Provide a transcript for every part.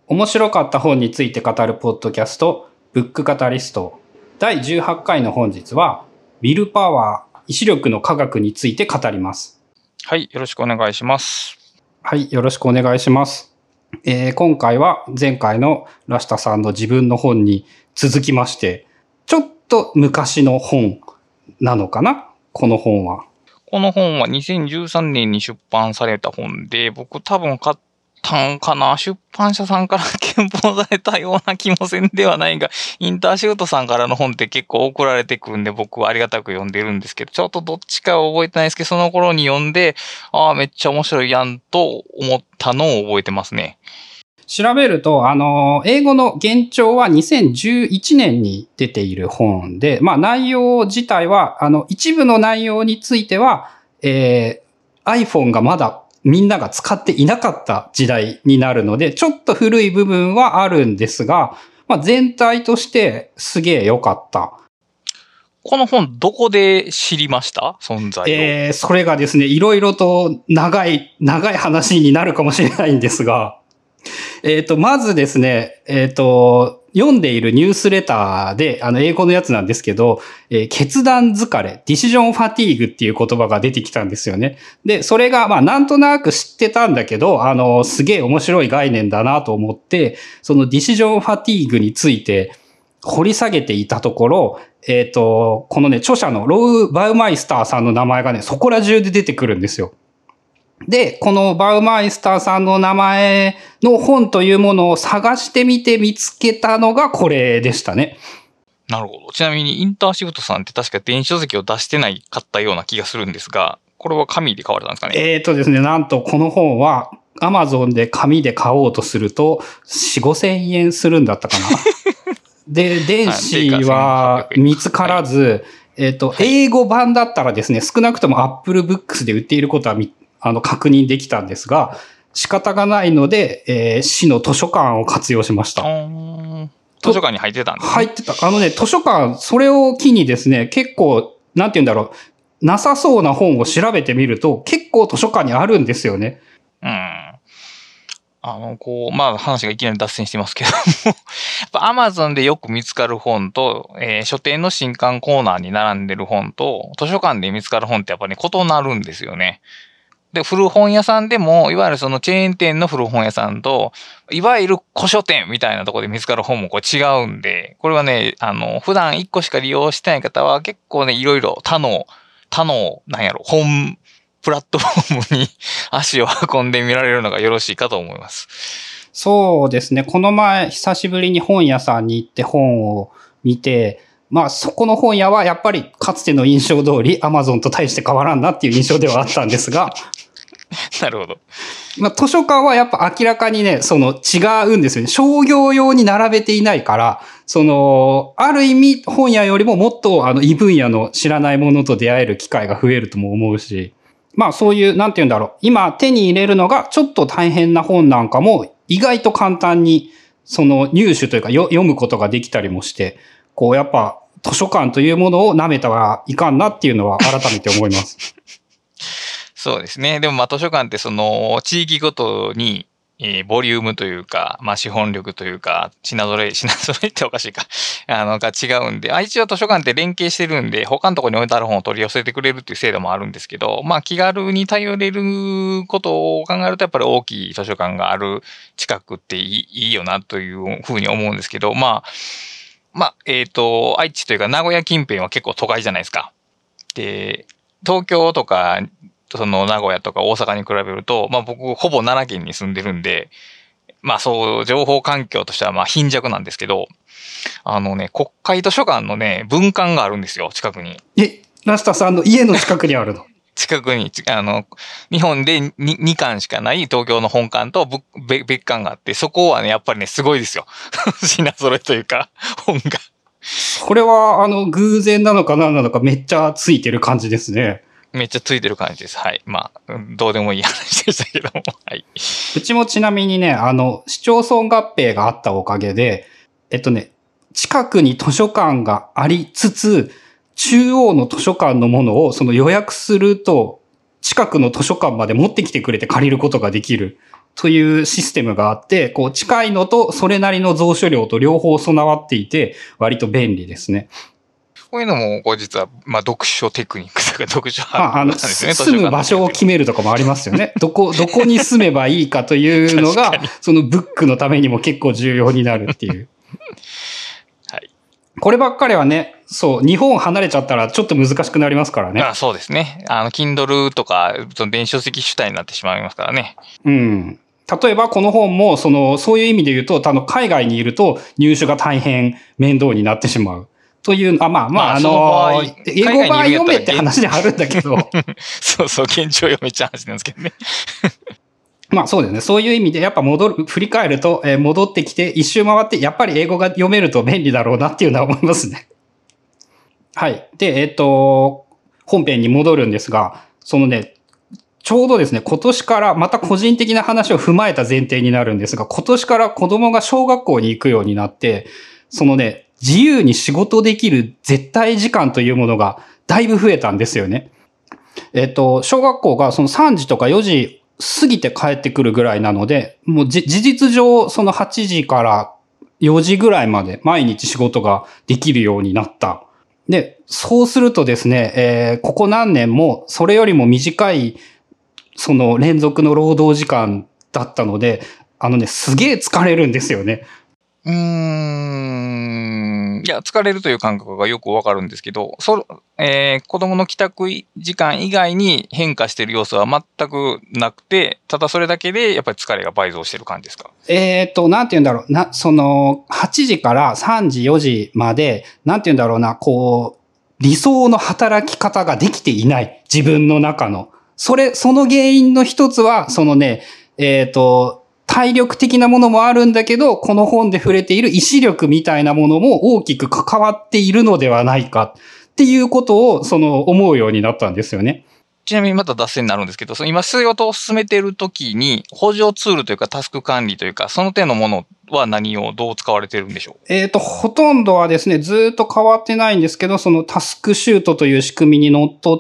面白かった本について語るポッドキャスト、ブックカタリスト。第18回の本日は、ウィルパワー、意志力の科学について語ります。 はい、よろしくお願いします。 はい、よろしくお願いします。今回は前回のラシタさんの自分の本に続きまして、ちょっと昔の本なのかな？この本は。 この本は2013年に出版された本で、僕多分買ったんかな、出版社さんから検討されたような気もせんではないが、インターシュートさんからの本って結構送られてくるんで、僕はありがたく読んでるんですけど、ちょっとどっちかは覚えてないですけど、その頃に読んで、ああ、めっちゃ面白いやんと思ったのを覚えてますね。 調べると、英語の原著は2011年に出ている本で、まあ内容自体は、一部の内容については、iPhone がまだみんなが使っていなかった時代になるので、ちょっと古い部分はあるんですが、まあ全体としてすげえ良かった。 この本どこで知りました？存在を。 それがですね、いろいろと長い話になるかもしれないんですが、まずですね、読んでいるニュースレターで、英語のやつなんですけど、決断疲れ、ディシジョンファティーグっていう言葉が出てきたんですよね。で、それが、まあ、なんとなく知ってたんだけど、すげえ面白い概念だなと思って、そのディシジョンファティーグについて掘り下げていたところ、このね、著者のロウ・バウマイスターさんの名前がね、そこら中で出てくるんですよ。で、このバウマイスターさんの名前の本というものを探してみて見つけたのがこれでしたね。 なるほど。ちなみにインターシフトさんって確か電子書籍を出してないかったような気がするんですが、これは紙で買われたんですかね？ ですね、なんとこの本は Amazon で紙で買おうとすると4、5千円するんだったかな。で、電子は見つからず、英語版だったらですね、少なくとも Apple Books で売っていることは確認できたんですが、仕方がないので、市の図書館を活用しました。 図書館に入ってたんですね。 入ってた。図書館、それを機にですね、結構、なんて言うんだろう、なさそうな本を調べてみると、結構図書館にあるんですよね。 まあ話がいきなり脱線してますけども、やっぱ Amazon でよく見つかる本と、書店の新刊コーナーに並んでる本と、図書館で見つかる本ってやっぱり異なるんですよね。で、古本屋さんでも、いわゆるそのチェーン店の古本屋さんと、いわゆる古書店みたいなところで見つかる本もこれ違うんで、これはね、普段1個しか利用してない方は結構ね、いろいろ他の、本プラットフォームに足を運んでみられるのがよろしいかと思います。 そうですね。この前、久しぶりに本屋さんに行って本を見て、まあそこの本屋はやっぱりかつての印象通り Amazon と大して変わらんなっていう印象ではあったんですが、 なるほど。 まあ図書館はやっぱ明らかにね、違うんですよね。商業用に並べていないから、ある意味本屋よりももっと異分野の知らないものと出会える機会が増えるとも思うし、まあそういう、なんて言うんだろう。今手に入れるのがちょっと大変な本なんかも意外と簡単に入手というか読むことができたりもして、こうやっぱ図書館というものを舐めたらいかんなっていうのは改めて思います。 そうですね。でもまあ図書館って地域ごとに、ボリュームというか、まあ資本力というか、品揃えっておかしいか、が違うんで、一応図書館って連携してるんで、他のところに置いてある本を取り寄せてくれるっていう制度もあるんですけど、まあ気軽に頼れることを考えると、やっぱり大きい図書館がある近くっていいよなというふうに思うんですけど、愛知というか名古屋近辺は結構都会じゃないですか。で、東京とか、名古屋とか大阪に比べると、まあ僕ほぼ奈良県に住んでるんで、まあそう、情報環境としてはまあ貧弱なんですけど、国会図書館のね、分館があるんですよ、近くに。 ラスタさんの家の近くにあるの？ 近くに、日本で 2巻しかない東京の本館と別館があって、そこはね、やっぱりね、すごいですよ。品揃えというか、本が。 これは、偶然なのか何なのかめっちゃついてる感じですね。 めっちゃついてる感じです。はい。まあ、どうでもいい話でしたけども。はい。 うちもちなみにね、市町村合併があったおかげで、近くに図書館がありつつ、中央の図書館のものを予約すると、近くの図書館まで持ってきてくれて借りることができるというシステムがあって、こう近いのとそれなりの蔵書量と両方備わっていて、割と便利ですね。 こういうのも、実は、読書テクニックとか読書ハックなんですね。 住む場所を決めるとかもありますよね。どこに住めばいいかというのが、そのブックのためにも結構重要になるっていう。 はい。 こればっかりはね、そう、日本離れちゃったらちょっと難しくなりますからね。 そうですね。Kindle とか、電子書籍主体になってしまいますからね。 うん。例えばこの本も、そういう意味で言うと、海外にいると入手が大変面倒になってしまう。という、英語版読めって話であるんだけど。 そうそう、現状読めちゃう話なんですけどね。 そうですね。そういう意味で、やっぱ振り返ると、戻ってきて、一周回って、やっぱり英語が読めると便利だろうなっていうのは思いますね。はい。で、本編に戻るんですが、ちょうどですね、今年から、また個人的な話を踏まえた前提になるんですが、今年から子供が小学校に行くようになって、自由に仕事できる絶対時間というものがだいぶ増えたんですよね。小学校が3時とか4時過ぎて帰ってくるぐらいなので、もう事実上8時から4時ぐらいまで毎日仕事ができるようになった。で、そうするとですね、ここ何年もそれよりも短い連続の労働時間だったので、すげえ疲れるんですよね。 いや、疲れるという感覚がよくわかるんですけど、子供の帰宅時間以外に変化している要素は全くなくて、ただそれだけでやっぱり疲れが倍増してる感じですか？ なんて言うんだろうな、8時から3時、4時まで、なんて言うんだろうな、理想の働き方ができていない。自分の中の。その原因の一つは、体力的なものもあるんだけど、この本で触れている意志力みたいなものも大きく関わっているのではないかっていうことを、思うようになったんですよね。 ちなみにまた脱線になるんですけど、今仕事を進めているときに、補助ツールというかタスク管理というか、その手のものは何をどう使われてるんでしょう？ ほとんどはですね、ずっと変わってないんですけど、タスクシュートという仕組みにのっとって、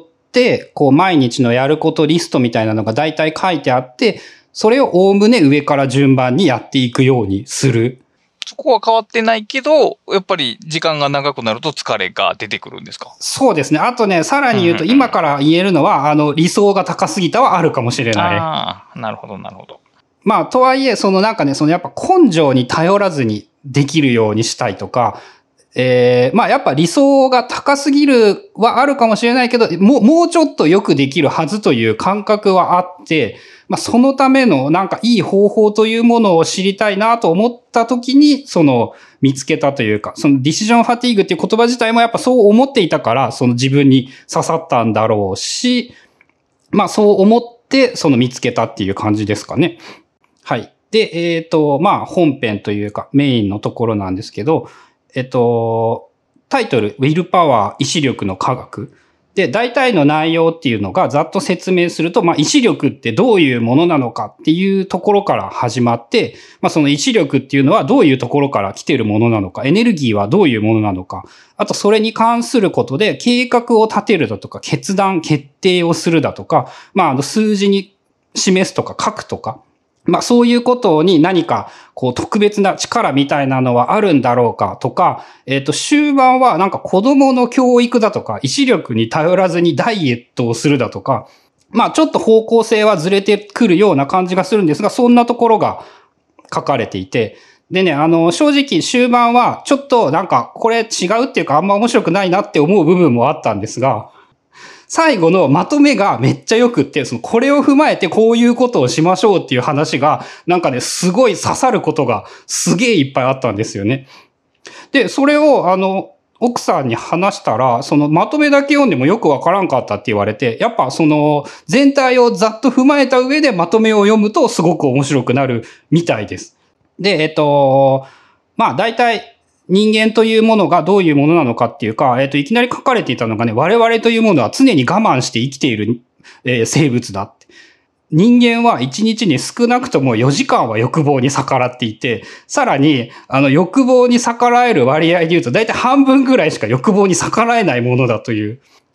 毎日のやることリストみたいなのが大体書いてあって、それをおおむね上から順番にやっていくようにする。 そこは変わってないけど、やっぱり時間が長くなると疲れが出てくるんですか？ そうですね。あとね、さらに言うと、今から言えるのは、理想が高すぎたはあるかもしれない。 ああ、なるほど、なるほど。 とはいえ、やっぱ根性に頼らずにできるようにしたいとか、やっぱ理想が高すぎるはあるかもしれないけど、もうちょっとよくできるはずという感覚はあって、そのためのいい方法というものを知りたいなと思った時に、見つけたというか、ディシジョンファティーグっていう言葉自体もやっぱそう思っていたから、自分に刺さったんだろうし、そう思って見つけたっていう感じですかね。はい。で、本編というかメインのところなんですけど、タイトル、ウィルパワー、意志力の科学。で、大体の内容っていうのがざっと説明すると、意志力ってどういうものなのかっていうところから始まって、その意志力っていうのはどういうところから来てるものなのか、エネルギーはどういうものなのか、あとそれに関することで計画を立てるだとか、決定をするだとか、数字に示すとか書くとか、そういうことに何か、特別な力みたいなのはあるんだろうかとか、終盤は子供の教育だとか、意志力に頼らずにダイエットをするだとか、ちょっと方向性はずれてくるような感じがするんですが、そんなところが書かれていて、でね、正直終盤はちょっとこれ違うっていうかあんま面白くないなって思う部分もあったんですが、最後のまとめがめっちゃ良くって、これを踏まえてこういうことをしましょうっていう話が、すごい刺さることがすげえいっぱいあったんですよね。で、それを奥さんに話したら、まとめだけ読んでもよくわからんかったって言われて、やっぱ全体をざっと踏まえた上でまとめを読むとすごく面白くなるみたいです。で、大体、人間というものがどういうものなのかっていうか、いきなり書かれていたのがね、我々というものは常に我慢して生きている、生物だって。人間は1日に少なくとも4時間は欲望に逆らっていて、さらに、欲望に逆らえる割合で言うと、だいたい半分ぐらいしか欲望に逆らえないものだという。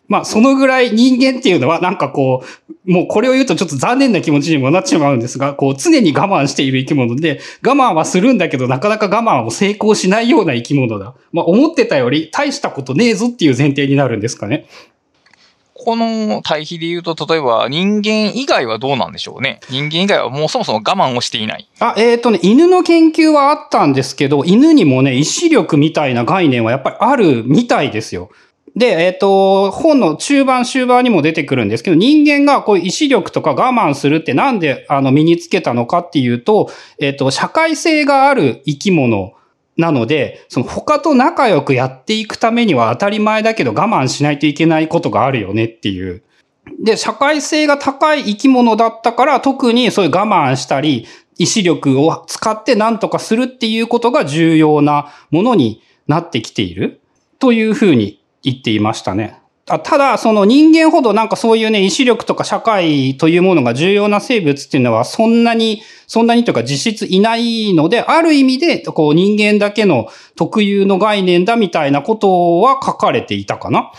まあ、そのぐらい人間っていうのはなんかこう、もうこれを言うとちょっと残念な気持ちにもなっちまうんですが、こう常に我慢している生き物で、我慢はするんだけどなかなか我慢を成功しないような生き物だ。まあ、思ってたより大したことねえぞっていう前提になるんですかね。 この対比で言うと、例えば人間以外はどうなんでしょうね。人間以外はもうそもそも我慢をしていない。 犬の研究はあったんですけど、犬にもね、意志力みたいな概念はやっぱりあるみたいですよ。で、本の中盤終盤にも出てくるんですけど、人間がこういう意志力とか我慢するってなんで身につけたのかっていうと、社会性がある生き物なので、その他と仲良くやっていくためには当たり前だけど我慢しないといけないことがあるよねっていう。で、社会性が高い生き物だったから特にそういう我慢したり、意志力を使って何とかするっていうことが重要なものになってきているというふうに言っていましたね。ただ、その人間ほどなんかそういうね、意志力とか社会というものが重要な生物っていうのはそんなにというか実質いないので、ある意味でこう人間だけの特有の概念だみたいなことは書かれていたかな。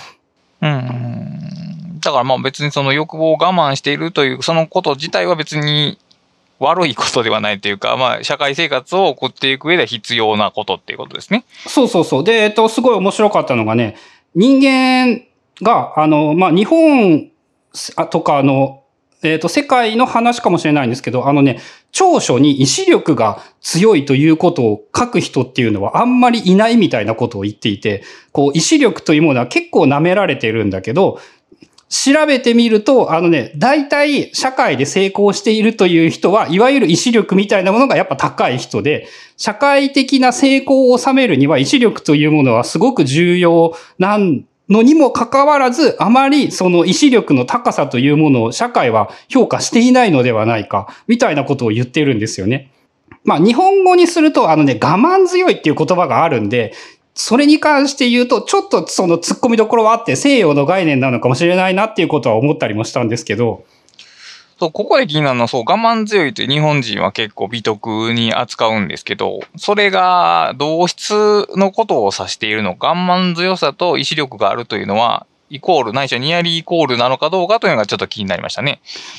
だからまあ別にその欲望を我慢しているというそのこと自体は別に悪いことではないというか、まあ社会生活を送っていく上で必要なことっていうことですね。 そうそうそう。で、すごい面白かったのがね、人間が、まあ、日本とか世界の話かもしれないんですけど、長所に意志力が強いということを書く人っていうのはあんまりいないみたいなことを言っていて、こう、意志力というものは結構舐められてるんだけど、調べてみると、大体社会で成功しているという人は、いわゆる意志力みたいなものがやっぱ高い人で、社会的な成功を収めるには意志力というものはすごく重要なんのにもかかわらず、あまりその意志力の高さというものを社会は評価していないのではないか、みたいなことを言っているんですよね。まあ日本語にすると我慢強いっていう言葉があるんで、それに関して言うと、ちょっとその突っ込みどころはあって西洋の概念なのかもしれないなっていうことは思ったりもしたんですけど。 そう、ここで気になるのは、そう、我慢強いって日本人は結構美徳に扱うんですけど、それが同質のことを指しているのか、我慢強さと意志力があるというのは、イコール、ないしはニアリーイコールなのかどうかというのがちょっと気になりましたね。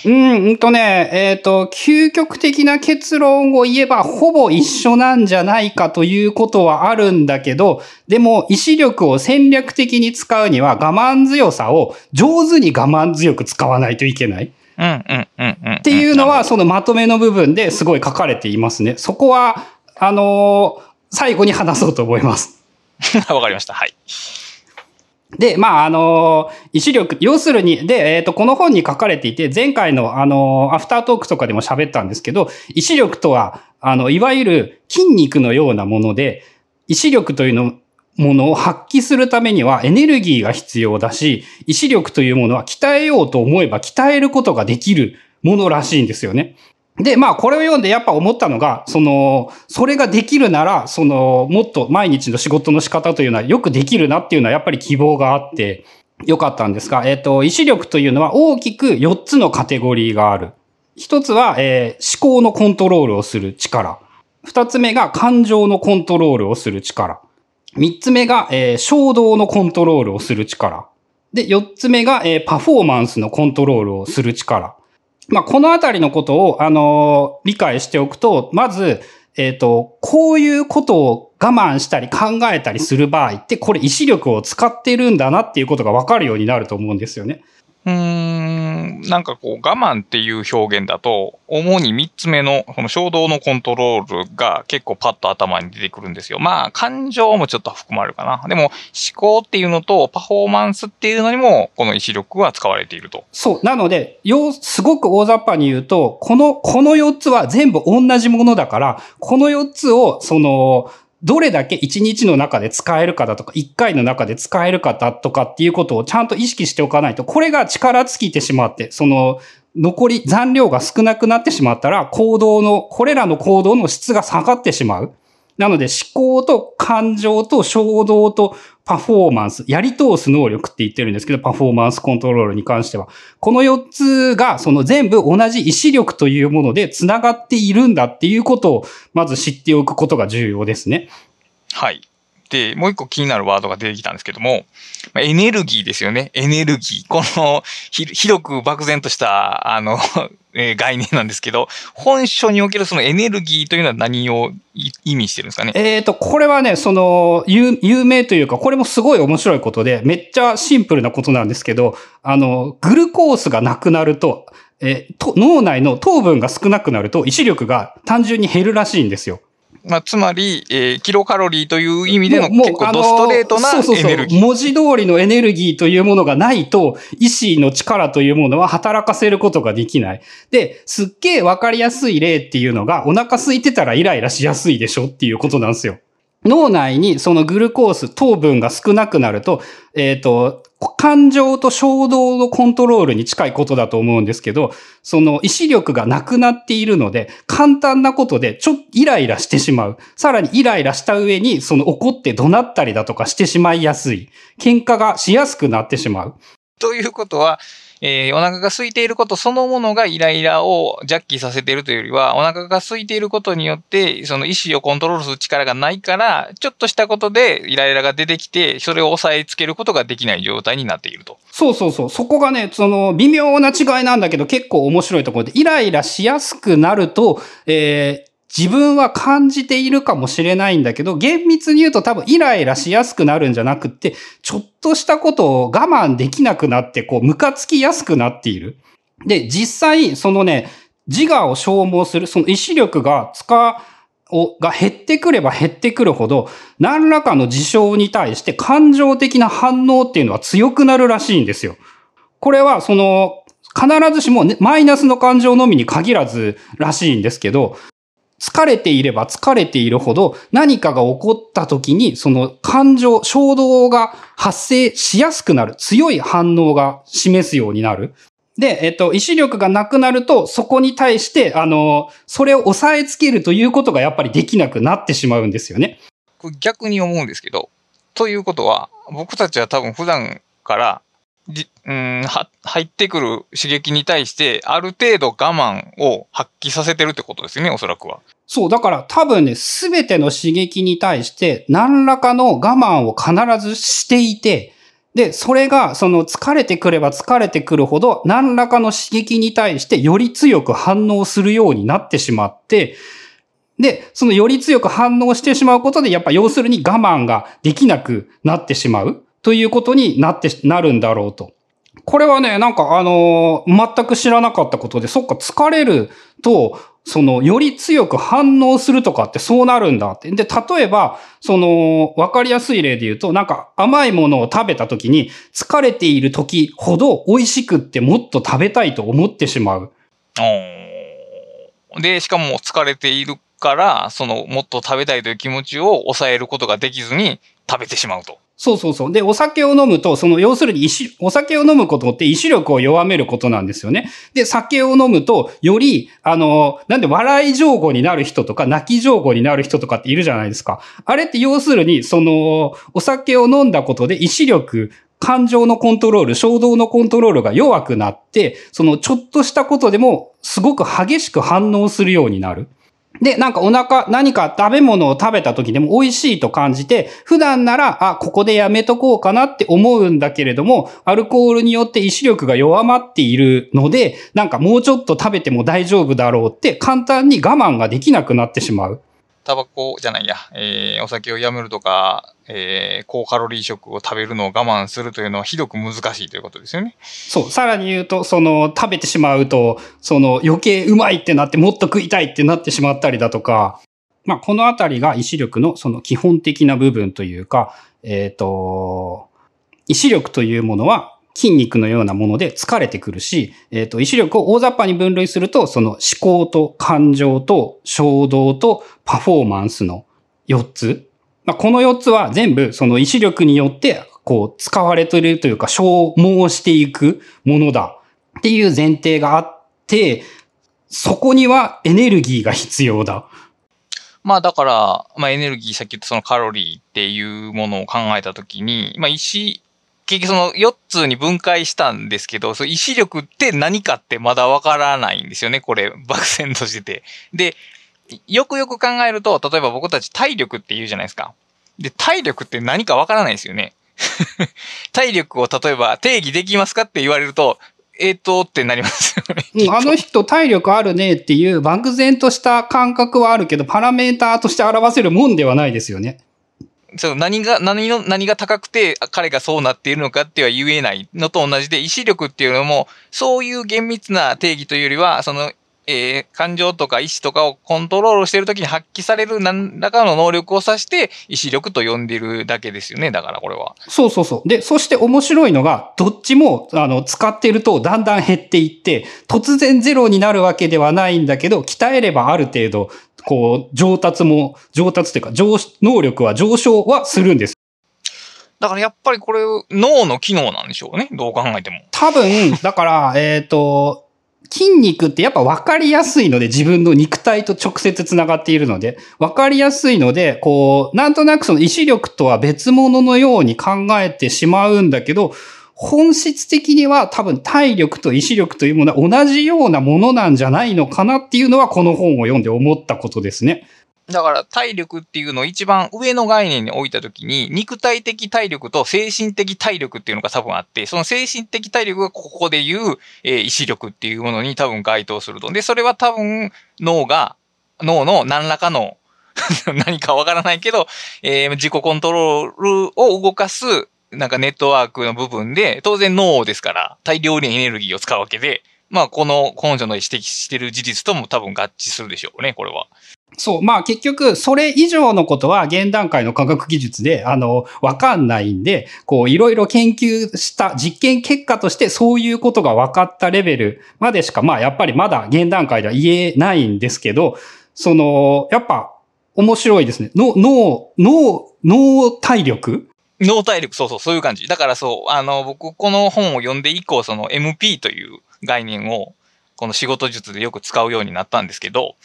究極的な結論を言えばほぼ一緒なんじゃないかということはあるんだけど、でも意志力を戦略的に使うには我慢強さを上手に我慢強く使わないといけない。っていうのはそのまとめの部分ですごい書かれていますね。そこは、最後に話そうと思います。 わかりました。はい。 で、まあ、意志力、要するに、で、この本に書かれていて、前回の、アフタートークとかでも喋ったんですけど、意志力とは、いわゆる筋肉のようなもので、意志力というものを発揮するためにはエネルギーが必要だし、意志力というものは鍛えようと思えば鍛えることができるものらしいんですよね。で、まあ、これを読んでやっぱ思ったのが、それができるなら、もっと毎日の仕事の仕方というのはよくできるなっていうのはやっぱり希望があってよかったんですが、意志力というのは大きく4つのカテゴリーがある。一つは、思考のコントロールをする力。二つ目が感情のコントロールをする力。三つ目が、衝動のコントロールをする力。で、四つ目が、パフォーマンスのコントロールをする力。まあ、このあたりのことを、理解しておくと、まず、こういうことを我慢したり考えたりする場合って、これ意志力を使ってるんだなっていうことがわかるようになると思うんですよね。 なんかこう我慢っていう表現だと、主に3つ目のこの衝動のコントロールが結構パッと頭に出てくるんですよ。まあ感情もちょっと含まれるかな。でも思考っていうのとパフォーマンスっていうのにもこの意志力は使われていると。 そう。なので、すごく大雑把に言うと、この4つは全部同じものだから、この4つをどれだけ1日の中で使えるかだとか、1回の中で使えるかだとかっていうことをちゃんと意識しておかないと、これが力尽きてしまって、残り残量が少なくなってしまったら、これらの行動の質が下がってしまう。なので、思考と感情と衝動とパフォーマンス、やり通す能力って言ってるんですけど、パフォーマンスコントロールに関しては。この4つが、全部同じ意志力というもので繋がっているんだっていうことを、まず知っておくことが重要ですね。 はい。って、もう一個気になるワードが出てきたんですけども、エネルギーですよね。エネルギー。この、広く漠然とした、概念なんですけど、本書におけるそのエネルギーというのは何を意味してるんですかね。 これはね、有名というか、これもすごい面白いことで、めっちゃシンプルなことなんですけど、グルコースがなくなると、脳内の糖分が少なくなると、意志力が単純に減るらしいんですよ。 まあ、つまり、キロカロリーという意味での結構ドストレートなエネルギー。 そうそうそう。文字通りのエネルギーというものがないと、意志の力というものは働かせることができない。で、すっげえわかりやすい例っていうのが、お腹空いてたらイライラしやすいでしょっていうことなんですよ。脳内にそのグルコース、糖分が少なくなると、感情と衝動のコントロールに近いことだと思うんですけど、その意志力がなくなっているので、簡単なことでイライラしてしまう。さらにイライラした上に、怒って怒鳴ったりだとかしてしまいやすい。喧嘩がしやすくなってしまう。 ということは、お腹が空いていることそのものがイライラをジャッキさせているというよりは、お腹が空いていることによって、その意志をコントロールする力がないから、ちょっとしたことでイライラが出てきて、それを抑えつけることができない状態になっていると。 そうそうそう。そこがね、微妙な違いなんだけど、結構面白いところで、イライラしやすくなると、自分は感じているかもしれないんだけど、厳密に言うと多分イライラしやすくなるんじゃなくって、ちょっとしたことを我慢できなくなって、ムカつきやすくなっている。で、実際、自我を消耗する、その意志力が減ってくれば減ってくるほど、何らかの事象に対して感情的な反応っていうのは強くなるらしいんですよ。これは、必ずしも、ね、マイナスの感情のみに限らずらしいんですけど、疲れていれば疲れているほど何かが起こった時にその感情、衝動が発生しやすくなる。強い反応が示すようになる。で、意志力がなくなるとそこに対して、それを抑えつけるということがやっぱりできなくなってしまうんですよね。 これ逆に思うんですけど、ということは僕たちは多分普段から入ってくる刺激に対してある程度我慢を発揮させてるってことですよね、おそらくは。 そう、だから多分ね、すべての刺激に対して何らかの我慢を必ずしていて、で、それが疲れてくれば疲れてくるほど何らかの刺激に対してより強く反応するようになってしまって、で、より強く反応してしまうことでやっぱ要するに我慢ができなくなってしまう。ということになるんだろうと。これはね、なんか全く知らなかったことで、そっか、疲れると、より強く反応するとかってそうなるんだって。で、例えば、わかりやすい例で言うと、なんか甘いものを食べた時に、疲れている時ほど美味しくってもっと食べたいと思ってしまう。 で、しかも疲れているから、もっと食べたいという気持ちを抑えることができずに食べてしまうと。 そうそうそう。で、お酒を飲むと、要するにお酒を飲むことって意志力を弱めることなんですよね。で、酒を飲むと、より、なんで笑い上戸になる人とか、泣き上戸になる人とかっているじゃないですか。あれって要するに、お酒を飲んだことで意志力、感情のコントロール、衝動のコントロールが弱くなって、ちょっとしたことでも、すごく激しく反応するようになる。で、なんか何か食べ物を食べた時でも美味しいと感じて、普段なら、ここでやめとこうかなって思うんだけれども、アルコールによって意志力が弱まっているので、なんかもうちょっと食べても大丈夫だろうって簡単に我慢ができなくなってしまう。 タバコじゃないや、お酒をやめるとか、高カロリー食を食べるのを我慢するというのはひどく難しいということですよね。 そう。さらに言うと、食べてしまうと、余計うまいってなってもっと食いたいってなってしまったりだとか、まあ、このあたりが意志力の基本的な部分というか、意志力というものは筋肉のようなもので疲れてくるし、意志力を大雑把に分類すると、思考と感情と衝動とパフォーマンスの4つ。まあ、この4つは全部意志力によって使われているというか消耗していくものだっていう前提があって、そこにはエネルギーが必要だ。 まあだから、まあエネルギー、さっき言ったカロリーっていうものを考えたときに、まあ結局4つに分解したんですけど、意志力って何かってまだわからないんですよね、これ、漠然としてて。で、よくよく考えると、例えば僕たち体力って言うじゃないですか。 で、体力って何かわからないですよね。体力を例えば定義できますかって言われると、ってなりますよね。 あの人体力あるねっていう漠然とした感覚はあるけど、パラメーターとして表せるもんではないですよね。 そう、何が高くて、彼がそうなっているのかっては言えないのと同じで、意志力っていうのも、そういう厳密な定義というよりは、感情とか意志とかをコントロールしているときに発揮される何らかの能力を指して、意志力と呼んでいるだけですよね。だからこれは。 そうそうそう。で、そして面白いのが、どっちも、使っているとだんだん減っていって、突然ゼロになるわけではないんだけど、鍛えればある程度、こう、上達というか、能力は上昇はするんです。 だからやっぱりこれ、脳の機能なんでしょうね。どう考えても。 多分、だから、筋肉ってやっぱ分かりやすいので、自分の肉体と直接つながっているので、分かりやすいので、こう、なんとなくその意志力とは別物のように考えてしまうんだけど、本質的には多分体力と意志力というものは同じようなものなんじゃないのかなっていうのはこの本を読んで思ったことですね。 だから体力っていうのを一番上の概念に置いたときに、肉体的体力と精神的体力っていうのが多分あって、その精神的体力がここで言う、意志力っていうものに多分該当すると。で、それは多分脳の何らかの何かわからないけど、自己コントロールを動かすなんかネットワークの部分で、当然脳ですから大量にエネルギーを使うわけで、まあこの根性の指摘している事実とも多分合致するでしょうね、これは。 そう。まあ結局、それ以上のことは現段階の科学技術で、わかんないんで、こう、いろいろ研究した実験結果としてそういうことが分かったレベルまでしか、まあやっぱりまだ現段階では言えないんですけど、やっぱ面白いですね。脳体力脳体力、そういう感じ。だからそう、僕この本を読んで以降、その MP という概念を、この仕事術でよく使うようになったんですけど、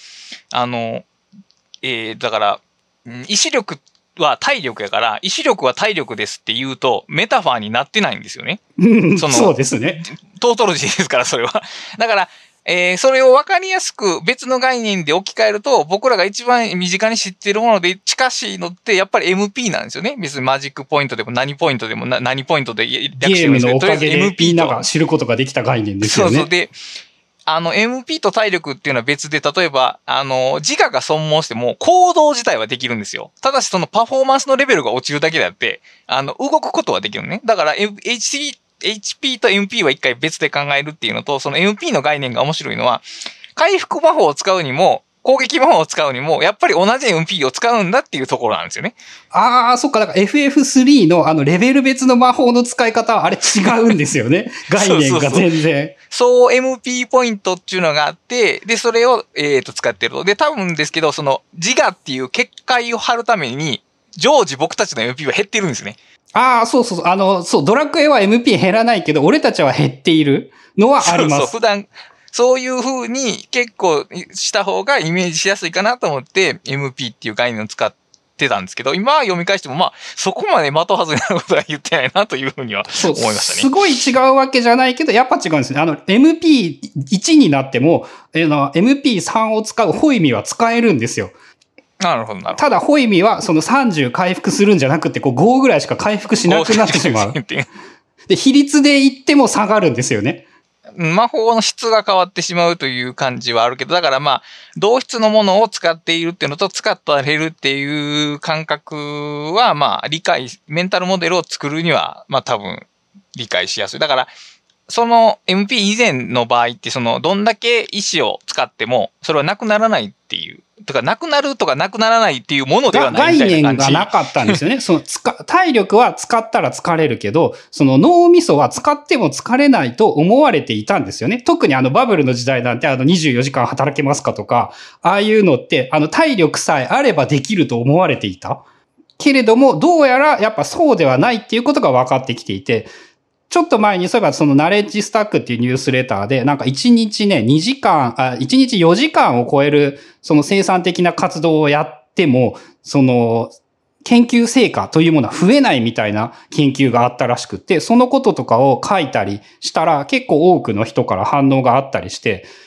だから、意志力は体力やから、意志力は体力ですって言うと、メタファーになってないんですよね。 そうですね。 トートロジーですから、それは。だから、それを分かりやすく別の概念で置き換えると、僕らが一番身近に知っているもので近しいのって、やっぱり MP なんですよね。別にマジックポイントでも何ポイントでも何ポイントで略してもいいですけど、ゲームのおかげでみんなが知ることができた概念ですよね。 そうで、MP と体力っていうのは別で、例えば、自我が損耗しても行動自体はできるんですよ。ただしそのパフォーマンスのレベルが落ちるだけであって、動くことはできるね。だから、HP と MP は一回別で考えるっていうのと、その MP の概念が面白いのは、回復魔法を使うにも、攻撃魔法を使うにも、やっぱり同じ MP を使うんだっていうところなんですよね。 ああ、そっか。だから FF3 のレベル別の魔法の使い方はあれ違うんですよね。概念が全然。 そう MP ポイントっていうのがあって、で、それを、使ってると。で、多分ですけど、その自我っていう結界を張るために、常時僕たちの MP は減ってるんですね。 ああ、そう。ドラクエは MP 減らないけど、俺たちは減っているのはあります。 普段、そういう風に結構した方がイメージしやすいかなと思って、MP っていう概念を使ってたんですけど、今読み返しても、まあ、そこまで的外れなことは言ってないなという風には思いましたね。 すごい違うわけじゃないけど、やっぱ違うんですね。MP1 になっても、MP3 を使うホイミは使えるんですよ。 なるほど。 ただ、ホイミはその30回復するんじゃなくて、こう5ぐらいしか回復しなくなってしまう。で、比率で言っても下がるんですよね。 魔法の質が変わってしまうという感じはあるけど、だからまあ、同質のものを使っているっていうのと、使ってあげるっていう感覚は、まあ、メンタルモデルを作るには、まあ多分、理解しやすい。だから、その MP 以前の場合って、どんだけ意思を使っても、それはなくならないっていう。とか、なくなるとかなくならないっていうものではないみたいな感じ。 概念がなかったんですよね。体力は使ったら疲れるけど、その脳みそは使っても疲れないと思われていたんですよね。特にバブルの時代なんて24時間働けますかとか、ああいうのって、体力さえあればできると思われていた。けれども、どうやらやっぱそうではないっていうことが分かってきていて、ちょっと前にそういえばそのナレッジスタックっていうニュースレターでなんか1日ね1日4時間を超えるその生産的な活動をやってもその研究成果というものは増えないみたいな研究があったらしくて、そのこととかを書いたりしたら結構多くの人から反応があったりして、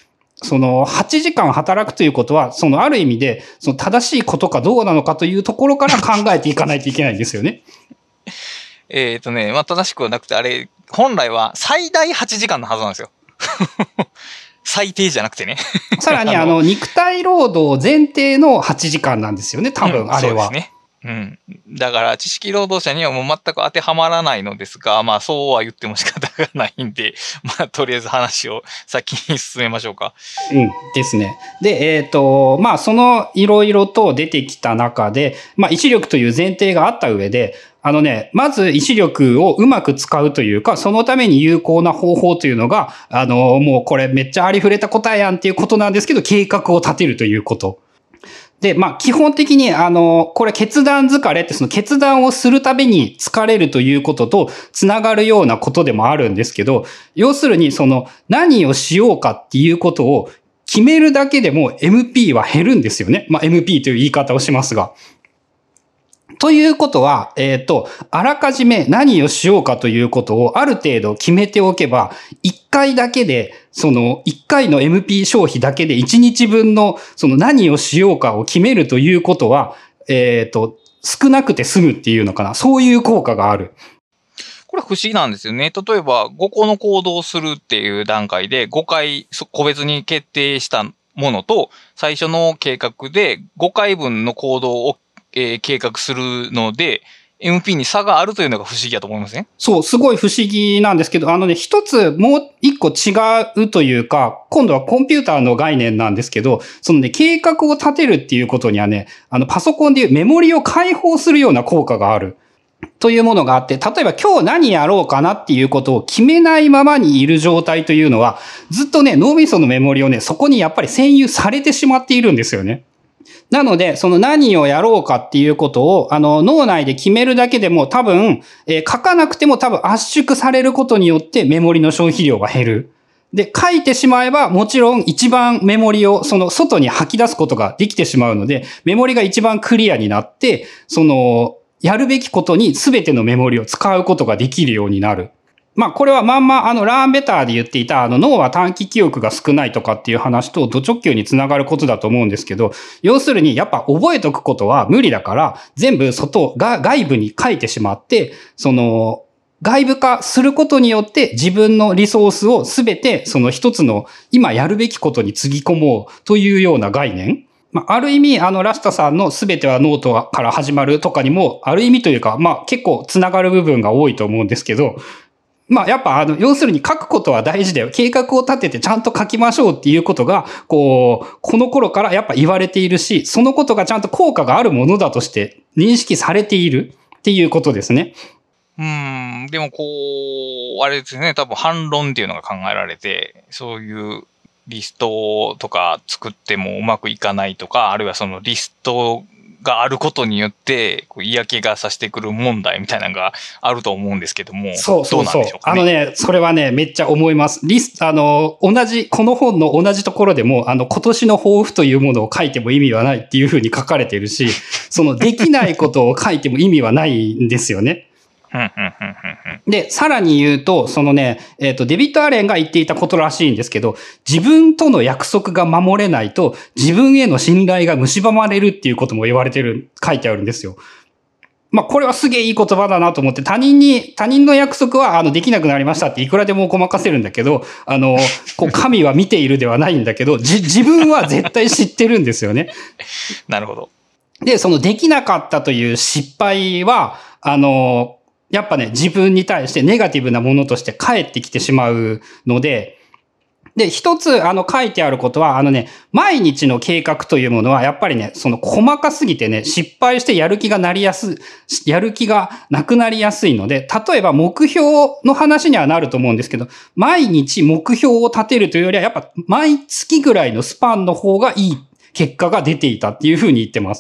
その8時間働くということは、そのある意味で、その正しいことかどうなのかというところから考えていかないといけないんですよね。 まあ、正しくはなくて、あれ、本来は最大8時間のはずなんですよ。最低じゃなくてね。 さらに肉体労働前提の8時間なんですよね、多分、あれは。 そうですね。うん。だから、知識労働者にはもう全く当てはまらないのですが、まあ、そうは言っても仕方がないんで、まあ、とりあえず話を先に進めましょうか。 うんですね。で、まあ、そのいろいろと出てきた中で、まあ、意志力という前提があった上で、まず意志力をうまく使うというか、そのために有効な方法というのが、もうこれめっちゃありふれた答えやんっていうことなんですけど、計画を立てるということ。で、まあ、基本的に、これ決断疲れってその決断をするたびに疲れるということとつながるようなことでもあるんですけど、要するにその何をしようかっていうことを決めるだけでも MP は減るんですよね。まあ、MP という言い方をしますが。ということは、あらかじめ何をしようかということをある程度決めておけば、1回だけで、その1回の MP 消費だけで1日分のその何をしようかを決めるということは、少なくて済むっていうのかな。そういう効果がある。 これ不思議なんですよね。例えば5個の行動をするっていう段階で5回個別に決定したものと、最初の計画で5回分の行動を計画するので、MP に差があるというのが不思議だと思いますね。 そう、すごい不思議なんですけど、一つもう一個違うというか、今度はコンピューターの概念なんですけど、そのね、計画を立てるっていうことにはね、パソコンでいうメモリを解放するような効果がある。というものがあって、例えば今日何やろうかなっていうことを決めないままにいる状態というのは、ずっとね、脳みそのメモリをね、そこにやっぱり占有されてしまっているんですよね。なので、その何をやろうかっていうことを、脳内で決めるだけでも多分、書かなくても多分圧縮されることによってメモリの消費量が減る。で、書いてしまえばもちろん一番メモリをその外に吐き出すことができてしまうので、メモリが一番クリアになって、やるべきことに全てのメモリを使うことができるようになる。まあこれはまんまラーンベターで言っていた脳は短期記憶が少ないとかっていう話とド直球につながることだと思うんですけど、要するにやっぱ覚えとくことは無理だから全部外部に書いてしまって、外部化することによって自分のリソースをすべてその一つの今やるべきことにつぎ込もうというような概念。まあ、ある意味、ラシタさんのすべてはノートから始まるとかにも、ある意味というか、まあ結構つながる部分が多いと思うんですけど、まあやっぱ要するに書くことは大事だよ。計画を立ててちゃんと書きましょうっていうことが、この頃からやっぱ言われているし、そのことがちゃんと効果があるものだとして認識されているっていうことですね。 でもあれですね、多分反論っていうのが考えられて、そういうリストとか作ってもうまくいかないとか、あるいはそのリストがあることによって嫌気がさしてくる問題みたいなのがあると思うんですけども。 そうそうそう。 どうなんでしょうかね。 それはね、めっちゃ思います。この本の同じところでも、今年の抱負というものを書いても意味はないっていうふうに書かれているし、できないことを書いても意味はないんですよね。で、さらに言うと、デビッド・アレンが言っていたことらしいんですけど、自分との約束が守れないと、自分への信頼が蝕まれるっていうことも書いてあるんですよ。まあ、これはすげえいい言葉だなと思って、他人の約束は、できなくなりましたっていくらでもごまかせるんだけど、神は見ているではないんだけど、自分は絶対知ってるんですよね。 なるほど。 で、できなかったという失敗は、やっぱね、自分に対してネガティブなものとして返ってきてしまうので、で、一つ、書いてあることは、毎日の計画というものは、やっぱりね、細かすぎてね、失敗してやる気がなくなりやすいので、例えば目標の話にはなると思うんですけど、毎日目標を立てるというよりは、やっぱ毎月ぐらいのスパンの方がいい結果が出ていたっていうふうに言ってます。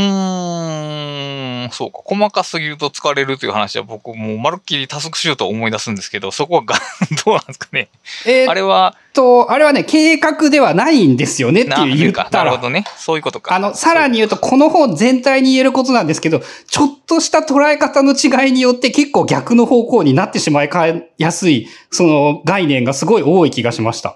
そうか。細かすぎると疲れるという話は僕もうまるっきりタスクシュートを思い出すんですけど、そこはどうなんですかね。あれはね、計画ではないんですよねって言ったら。 なるほどね。そういうことか。 さらに言うと、この本全体に言えることなんですけど、ちょっとした捉え方の違いによって結構逆の方向になってしまいやすい、概念がすごい多い気がしました。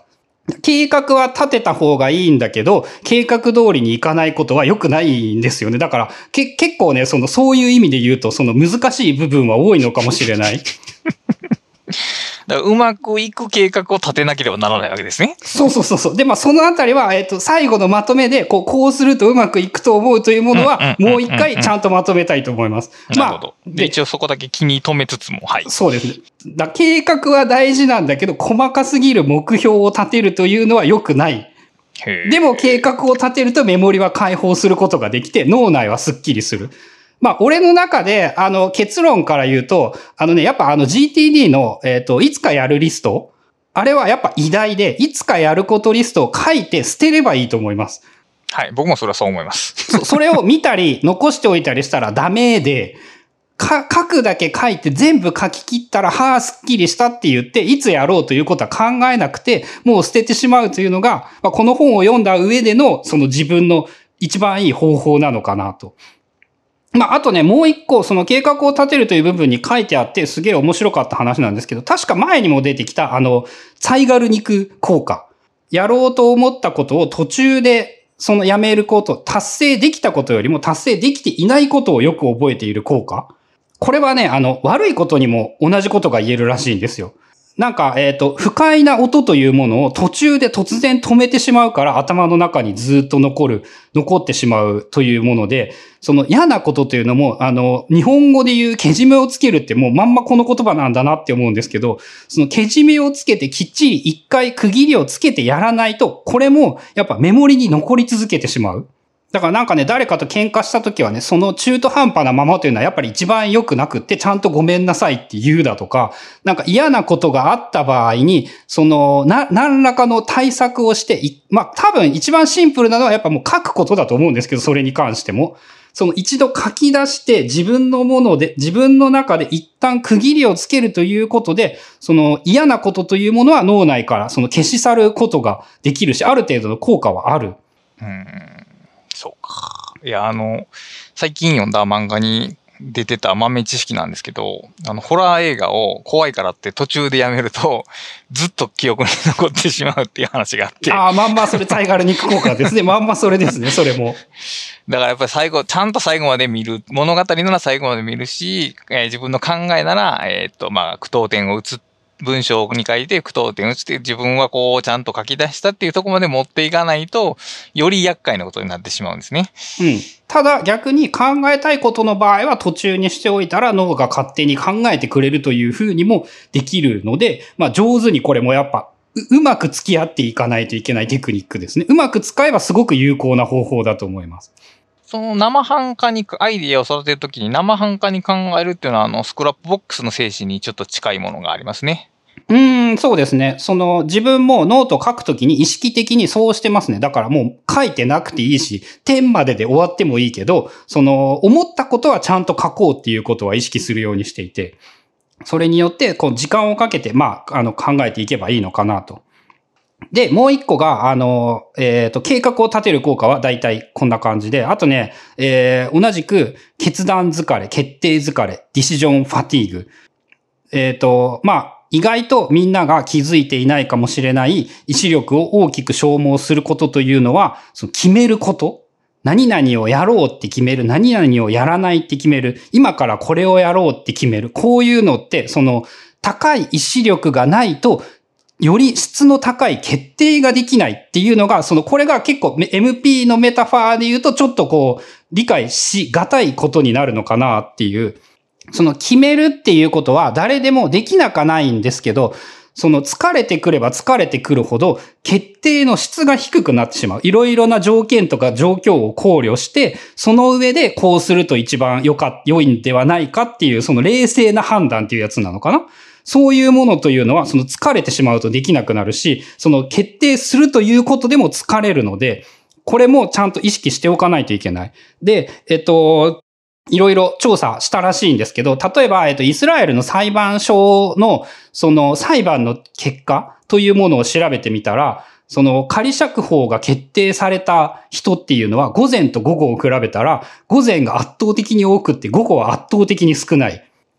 計画は立てた方がいいんだけど、計画通りにいかないことは良くないんですよね。だから、結構ね、そういう意味で言うと、難しい部分は多いのかもしれない。 だからうまくいく計画を立てなければならないわけですね。 そう。で、そのあたりは、最後のまとめで、こうするとうまくいくと思うというものは、もう一回ちゃんとまとめたいと思います。 なるほど。で、一応そこだけ気に留めつつも、はい。 そうですね。計画は大事なんだけど、細かすぎる目標を立てるというのは良くない。でも計画を立てるとメモリは解放することができて、脳内はスッキリする。俺の中で、結論から言うと、やっぱGTD の、いつかやるリスト、あれはやっぱ偉大で、いつかやることリストを書いて捨てればいいと思います。 はい、僕もそれはそう思います。 それを見たり、残しておいたりしたらダメで、書くだけ書いて全部書き切ったら、すっきりしたって言って、いつやろうということは考えなくて、もう捨ててしまうというのが、この本を読んだ上での、自分の一番いい方法なのかなと。あとね、もう一個、計画を立てるという部分に書いてあって、すげえ面白かった話なんですけど、確か前にも出てきた、サイガルニク効果。やろうと思ったことを途中で、やめること、達成できたことよりも達成できていないことをよく覚えている効果。これはね、悪いことにも同じことが言えるらしいんですよ。なんか、不快な音というものを途中で突然止めてしまうから頭の中にずっと残ってしまうというもので、嫌なことというのも、日本語で言うけじめをつけるってもうまんまこの言葉なんだなって思うんですけど、けじめをつけてきっちり一回区切りをつけてやらないと、これもやっぱメモリに残り続けてしまう。だからなんかね、誰かと喧嘩した時はね、その中途半端なままというのはやっぱり一番良くなくって、ちゃんとごめんなさいって言うだとか、なんか嫌なことがあった場合に、何らかの対策をして、多分一番シンプルなのはやっぱもう書くことだと思うんですけど、それに関しても。一度書き出して自分のもので、自分の中で一旦区切りをつけるということで、嫌なことというものは脳内から消し去ることができるし、ある程度の効果はある。 そうか。いや、最近読んだ漫画に出てた豆知識なんですけど、ホラー映画を怖いからって途中でやめると、ずっと記憶に残ってしまうっていう話があって。 まんまそれサイガルニク効果ですね。まんまそれですね、それも。 だからやっぱりちゃんと最後まで見る。物語なら最後まで見るし、自分の考えなら、句読点を文章に書いて句読点を打って自分はこうちゃんと書き出したっていうところまで持っていかないと、より厄介なことになってしまうんですね。 ただ逆に考えたいことの場合は途中にしておいたら脳が勝手に考えてくれるという風にもできるので、上手にこれもやっぱうまく付き合っていかないといけないテクニックですね。うまく使えばすごく有効な方法だと思います。 生半可にアイディアを育てるときに生半可に考えるっていうのはスクラップボックスの精神にちょっと近いものがありますね。 そうですね。自分もノート書くときに意識的にそうしてますね。だからもう書いてなくていいし、点までで終わってもいいけど、思ったことはちゃんと書こうっていうことは意識するようにしていて、それによって、時間をかけて、考えていけばいいのかなと。で、もう一個が、計画を立てる効果はだいたいこんな感じで、あとね、同じく決断疲れ、決定疲れ、ディシジョンファティーグ。意外とみんなが気づいていないかもしれない意志力を大きく消耗することというのは、決めること。何々をやろうって決める。何々をやらないって決める。今からこれをやろうって決める。こういうのって、高い意志力がないと、より質の高い決定ができないっていうのが、これが結構 MP のメタファーで言うと、ちょっと理解しがたいことになるのかなっていう。決めるっていうことは誰でもできなかないんですけど、疲れてくれば疲れてくるほど決定の質が低くなってしまう。いろいろな条件とか状況を考慮して、その上でこうすると一番良いんではないかっていう、冷静な判断っていうやつなのかな。そういうものというのは、疲れてしまうとできなくなるし、決定するということでも疲れるので、これもちゃんと意識しておかないといけない。で、いろいろ調査したらしいんですけど、例えば、イスラエルの裁判所の、裁判の結果というものを調べてみたら、仮釈放が決定された人っていうのは、午前と午後を比べたら、午前が圧倒的に多くって、午後は圧倒的に少ない。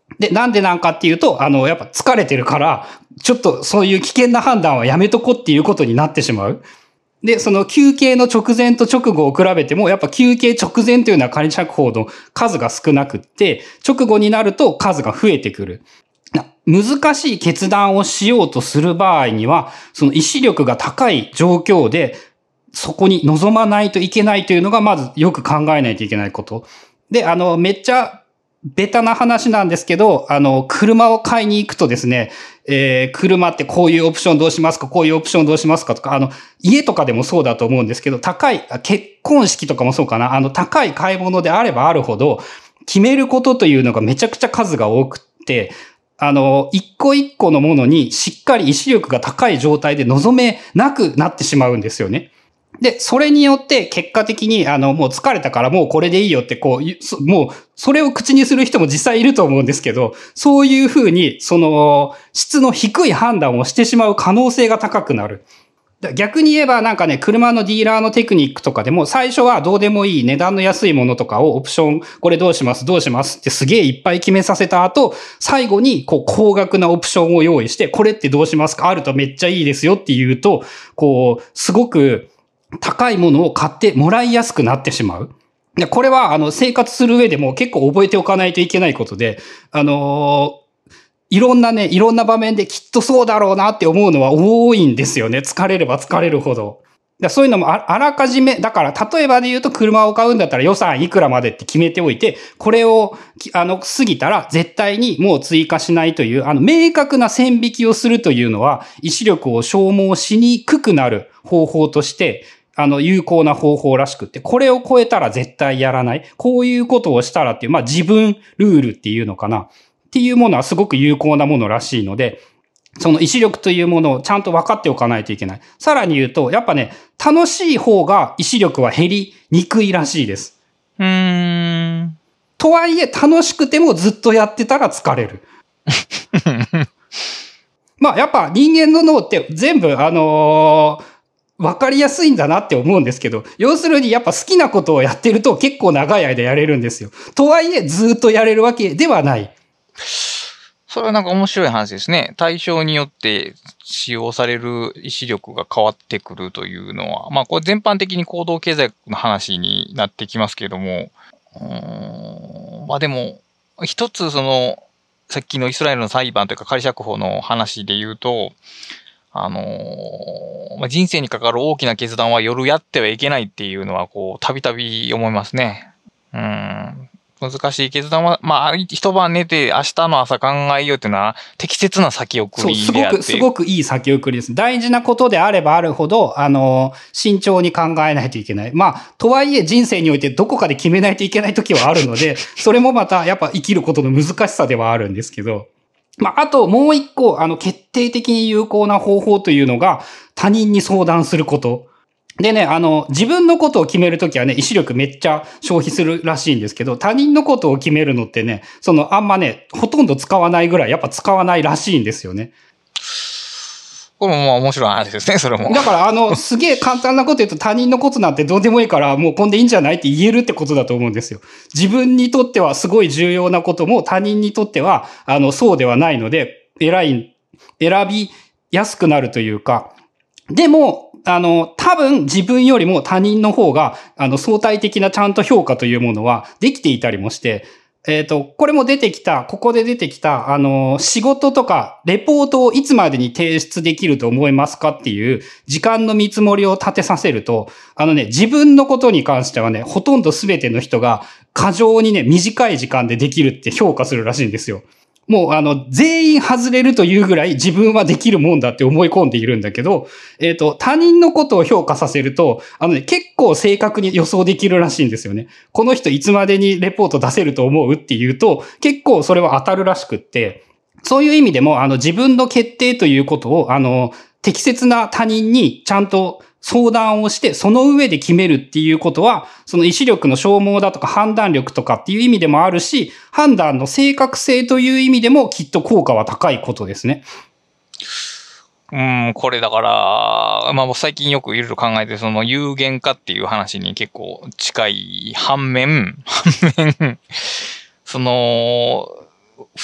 で、なんでなんかっていうと、やっぱ疲れてるから、ちょっとそういう危険な判断はやめとこっていうことになってしまう。で、その休憩の直前と直後を比べても、やっぱ休憩直前というのは仮釈放の数が少なくって、直後になると数が増えてくる。難しい決断をしようとする場合には、その意志力が高い状況で、そこに臨まないといけないというのが、まずよく考えないといけないこと。で、めっちゃ、ベタな話なんですけど、車を買いに行くとですね、車ってこういうオプションどうしますか、こういうオプションどうしますかとか、家とかでもそうだと思うんですけど、結婚式とかもそうかな、高い買い物であればあるほど、決めることというのがめちゃくちゃ数が多くって、一個一個のものにしっかり意志力が高い状態で臨めなくなってしまうんですよね。で、それによって結果的に、もう疲れたからもうこれでいいよってもう、それを口にする人も実際いると思うんですけど、そういうふうに、質の低い判断をしてしまう可能性が高くなる。逆に言えばなんかね、車のディーラーのテクニックとかでも、最初はどうでもいい値段の安いものとかをオプション、これどうしますってすげえいっぱい決めさせた後、最後に高額なオプションを用意して、これってどうしますか、あるとめっちゃいいですよって言うと、すごく、高いものを買ってもらいやすくなってしまう。これは、生活する上でも結構覚えておかないといけないことで、いろんな場面できっとそうだろうなって思うのは多いんですよね。疲れれば疲れるほど。そういうのもあらかじめ、だから例えばで言うと車を買うんだったら予算いくらまでって決めておいて、これを、過ぎたら絶対にもう追加しないという、明確な線引きをするというのは、意志力を消耗しにくくなる方法として、有効な方法らしくって、これを超えたら絶対やらない。こういうことをしたらっていう、自分ルールっていうのかな。っていうものはすごく有効なものらしいので、その意志力というものをちゃんと分かっておかないといけない。さらに言うと、やっぱね、楽しい方が意志力は減りにくいらしいです。とはいえ、楽しくてもずっとやってたら疲れる。やっぱ人間の脳って全部わかりやすいんだなって思うんですけど、要するにやっぱ好きなことをやってると結構長い間やれるんですよ。とはいえずっとやれるわけではない。 それはなんか面白い話ですね。対象によって使用される意志力が変わってくるというのは、これ全般的に行動経済の話になってきますけれども、でも、一つさっきのイスラエルの裁判というか仮釈放の話で言うと、人生に関わる大きな決断は夜やってはいけないっていうのは、たびたび思いますね。難しい決断は、一晩寝て明日の朝考えようっていうのは適切な先送りであって。 すごくいい先送りです。大事なことであればあるほど、慎重に考えないといけない。とはいえ人生においてどこかで決めないといけない時はあるので、それもまたやっぱ生きることの難しさではあるんですけど、あともう一個、決定的に有効な方法というのが、他人に相談すること。でね、自分のことを決めるときはね、意志力めっちゃ消費するらしいんですけど、他人のことを決めるのってね、あんまね、ほとんど使わないぐらい、やっぱ使わないらしいんですよね。 これも面白い話ですね、それも。 だからすげえ簡単なこと言うと他人のことなんてどうでもいいからもうこんでいいんじゃないって言えるってことだと思うんですよ。自分にとってはすごい重要なことも他人にとってはそうではないので、選びやすくなるというか、でも、多分自分よりも他人の方が相対的なちゃんと評価というものはできていたりもして、これもここで出てきた、仕事とか、レポートをいつまでに提出できると思いますかっていう、時間の見積もりを立てさせると、自分のことに関してはね、ほとんど全ての人が、過剰にね、短い時間でできるって評価するらしいんですよ。もう全員外れるというぐらい自分はできるもんだって思い込んでいるんだけど、他人のことを評価させると、結構正確に予想できるらしいんですよね。この人いつまでにレポート出せると思うっていうと、結構それは当たるらしくって、そういう意味でも、自分の決定ということを、適切な他人にちゃんと相談をして、その上で決めるっていうことは、その意志力の消耗だとか判断力とかっていう意味でもあるし、判断の正確性という意味でもきっと効果は高いことですね。 これだから、最近よくいろいろ考えて、有限化っていう話に結構近い反面、不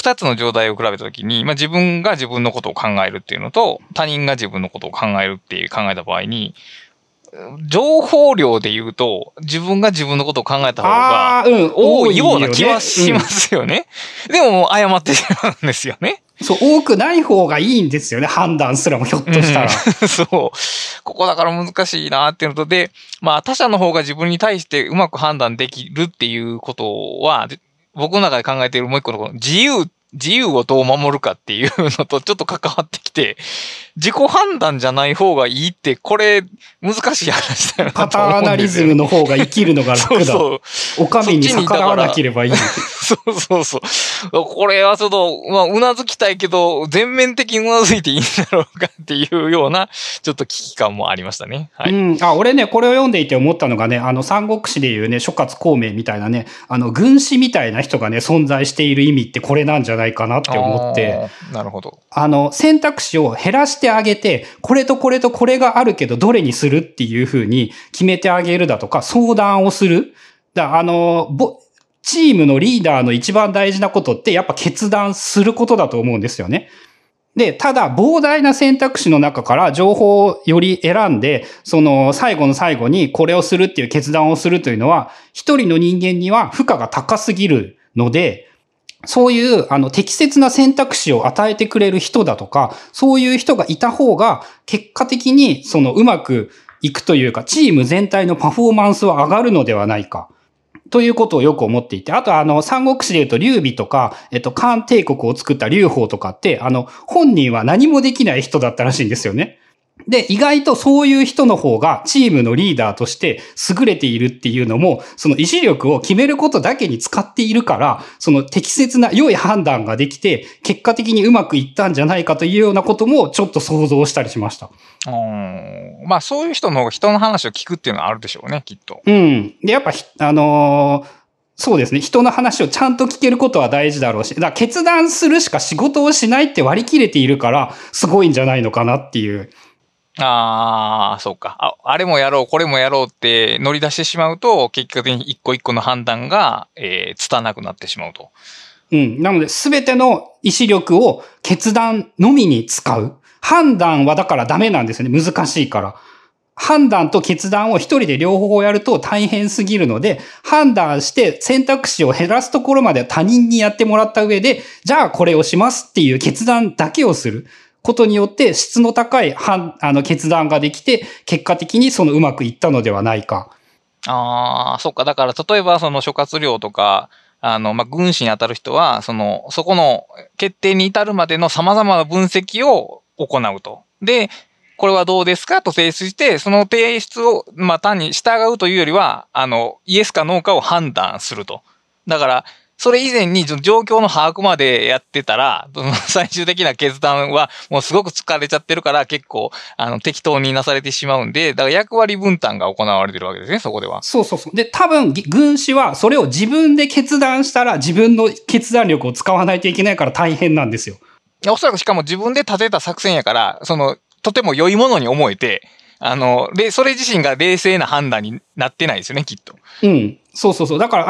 二つの状態を比べたときに、まあ自分が自分のことを考えるっていうのと、他人が自分のことを考えるっていう考えた場合に、情報量で言うと、自分が自分のことを考えた方が多いような気はしますよね。でももう誤ってしまうんですよね。 そう、多くない方がいいんですよね。判断すらもひょっとしたら。 そう。ここだから難しいなっていうのとで、まあ他者の方が自分に対してうまく判断できるっていうことは、僕の中で考えているもう一個の自由をどう守るかっていうのとちょっと関わってきて、自己判断じゃない方がいいって、これ難しい話だよなと思うんですよ。 パターナリズムの方が生きるのが楽だ。そうそう。お上に逆らわなければいい。 そう。これはちょっと、まあ、うなずきたいけど、全面的にうなずいていいんだろうかっていうような、ちょっと危機感もありましたね。はい。 俺ね、これを読んでいて思ったのがね、三国志でいうね、諸葛孔明みたいなね、軍師みたいな人がね、存在している意味ってこれなんじゃないかなって思って。 なるほど。 選択肢を減らしてあげて、これとこれとこれがあるけど、どれにするっていう風に決めてあげるだとか、相談をする。チームのリーダーの一番大事なことってやっぱ決断することだと思うんですよね。で、ただ膨大な選択肢の中から情報をより選んで、その最後の最後にこれをするっていう決断をするというのは、一人の人間には負荷が高すぎるので、そういう適切な選択肢を与えてくれる人だとか、そういう人がいた方が結果的にうまくいくというか、チーム全体のパフォーマンスは上がるのではないか。ということをよく思っていて、あと三国志で言うと劉備とか、漢帝国を作った劉邦とかって、本人は何もできない人だったらしいんですよね。で、意外とそういう人の方がチームのリーダーとして優れているっていうのも、その意志力を決めることだけに使っているから、その適切な良い判断ができて、結果的にうまくいったんじゃないかというようなこともちょっと想像したりしました。 まあそういう人の方が人の話を聞くっていうのはあるでしょうね、きっと。 で、やっぱそうですね。人の話をちゃんと聞けることは大事だろうし、だから決断するしか仕事をしないって割り切れているから、すごいんじゃないのかなっていう。 そうか。あれもやろう、これもやろうって乗り出してしまうと、結局的に一個一個の判断が、拙なくなってしまうと。 なので、すべての意志力を決断のみに使う。判断はだからダメなんですよね。難しいから。判断と決断を一人で両方やると大変すぎるので、判断して選択肢を減らすところまで他人にやってもらった上で、じゃあこれをしますっていう決断だけをすることによって質の高い決断ができて、結果的にうまくいったのではないか。 そっか。だから例えば諸葛亮とか、軍師に当たる人は、そこの決定に至るまでの様々な分析を行うと。で、これはどうですかと提出して、その提出を、単に従うというよりは、イエスかノーかを判断すると。だから、それ以前に状況の把握までやってたら、最終的な決断はもうすごく疲れちゃってるから結構、適当になされてしまうんで、だから役割分担が行われてるわけですね、そこでは。 そう。で、多分、軍師はそれを自分で決断したら自分の決断力を使わないといけないから大変なんですよ。 おそらくしかも自分で立てた作戦やから、とても良いものに思えて、それ自身が冷静な判断になってないですよね、きっと。 そう。だから、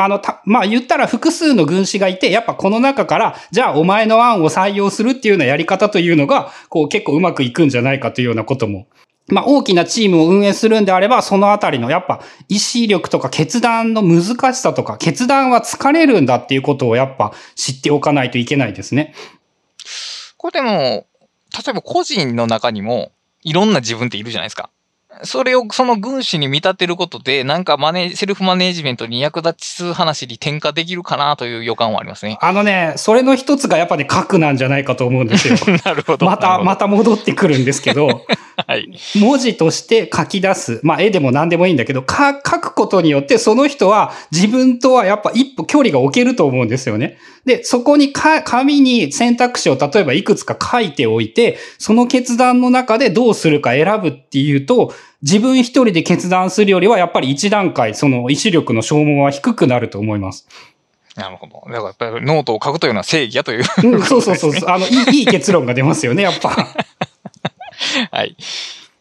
言ったら複数の軍師がいて、やっぱこの中から、じゃあお前の案を採用するっていうようなやり方というのが、結構うまくいくんじゃないかというようなことも。大きなチームを運営するんであれば、そのあたりのやっぱ意志力とか決断の難しさとか、決断は疲れるんだっていうことをやっぱ知っておかないといけないですね。 これでも、例えば個人の中にもいろんな自分っているじゃないですか。それをその軍師に見立てることで、なんかセルフマネージメントに役立つ話に転化できるかなという予感はありますね。 それの一つがやっぱり核なんじゃないかと思うんですよ。 なるほど。 また戻ってくるんですけど、 はい。 文字として書き出す。絵でも何でもいいんだけど、書くことによってその人は自分とはやっぱ一歩距離が置けると思うんですよね。で、そこに紙に選択肢を例えばいくつか書いておいて、その決断の中でどうするか選ぶっていうと、自分一人で決断するよりはやっぱり一段階その意志力の消耗は低くなると思います。 なるほど。だからやっぱりノートを書くというのは正義やという、 そう。いい結論が出ますよね、やっぱ。 はい。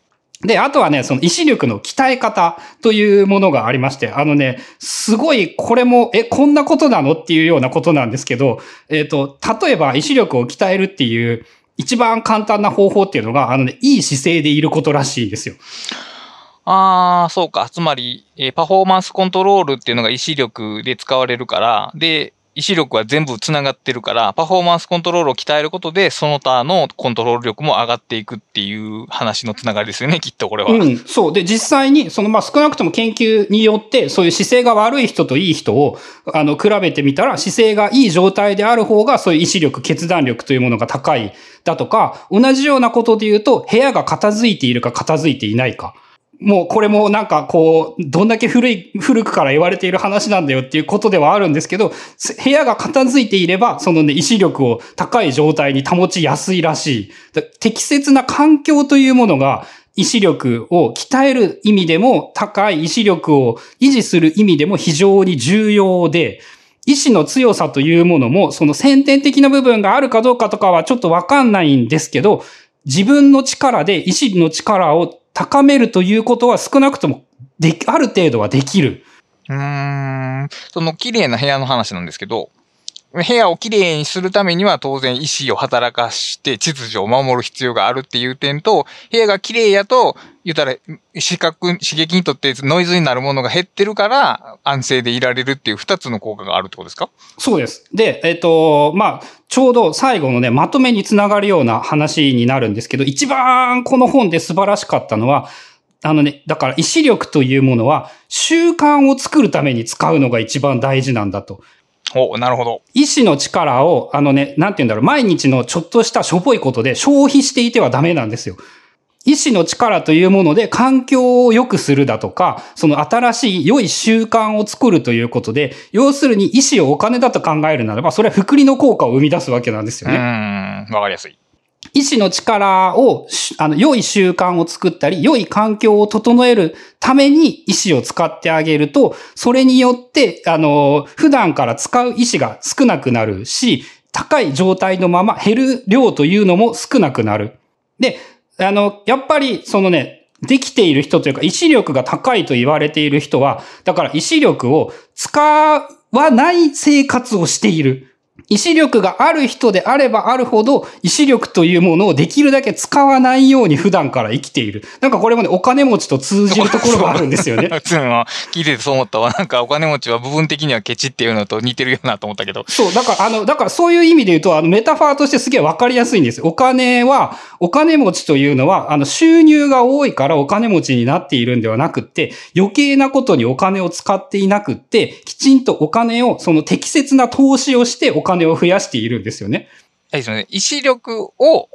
で、あとはね、その意志力の鍛え方というものがありまして、すごい、これも、こんなことなのっていうようなことなんですけど、例えば意志力を鍛えるっていう、一番簡単な方法っていうのが、いい姿勢でいることらしいんですよ。 ああ、そうか。つまり、パフォーマンスコントロールっていうのが意志力で使われるから、で、意志力は全部つながってるから、パフォーマンスコントロールを鍛えることで、その他のコントロール力も上がっていくっていう話のつながりですよね、きっとこれは。 うん、そう。で、実際に、少なくとも研究によって、そういう姿勢が悪い人といい人を、比べてみたら、姿勢がいい状態である方が、そういう意志力、決断力というものが高いだとか、同じようなことで言うと、部屋が片付いているか片付いていないか。もうこれもなんかこう、どんだけ古くから言われている話なんだよっていうことではあるんですけど、部屋が片付いていれば、そのね、意志力を高い状態に保ちやすいらしい。適切な環境というものが、意志力を鍛える意味でも、高い意志力を維持する意味でも非常に重要で、意志の強さというものも、その先天的な部分があるかどうかとかはちょっとわかんないんですけど、自分の力で意志の力を高めるということは少なくともある程度はできる。 その綺麗な部屋の話なんですけど、部屋をきれいにするためには当然意志を働かして秩序を守る必要があるっていう点と、部屋がきれいやと、言ったら刺激にとってノイズになるものが減ってるから安静でいられるっていう二つの効果があるってことですか？ そうです。で、ちょうど最後のね、まとめにつながるような話になるんですけど、一番この本で素晴らしかったのは、だから意志力というものは習慣を作るために使うのが一番大事なんだと。 なるほど。 意志の力を、なんて言うんだろう、毎日のちょっとしたしょぼいことで消費していてはダメなんですよ。意志の力というもので環境を良くするだとか、その新しい良い習慣を作るということで、要するに意志をお金だと考えるならば、それは複利の効果を生み出すわけなんですよね。 わかりやすい。 意志の力を、良い習慣を作ったり、良い環境を整えるために意志を使ってあげると、それによって、普段から使う意志が少なくなるし、高い状態のまま減る量というのも少なくなる。で、やっぱり、できている人というか、意志力が高いと言われている人は、だから意志力を使わない生活をしている。意志力がある人であればあるほど、意志力というものをできるだけ使わないように普段から生きている。なんかこれもね、お金持ちと通じるところがあるんですよね。 聞いててそう思ったわ。なんかお金持ちは部分的にはケチっていうのと似てるよなと思ったけど。 そう、だからそういう意味で言うと、メタファーとしてすげえわかりやすいんですよ。お金持ちというのは、収入が多いからお金持ちになっているんではなくって、余計なことにお金を使っていなくって、きちんとお金を、適切な投資をしてお金を増やしているんですよね。 ですよね。意志力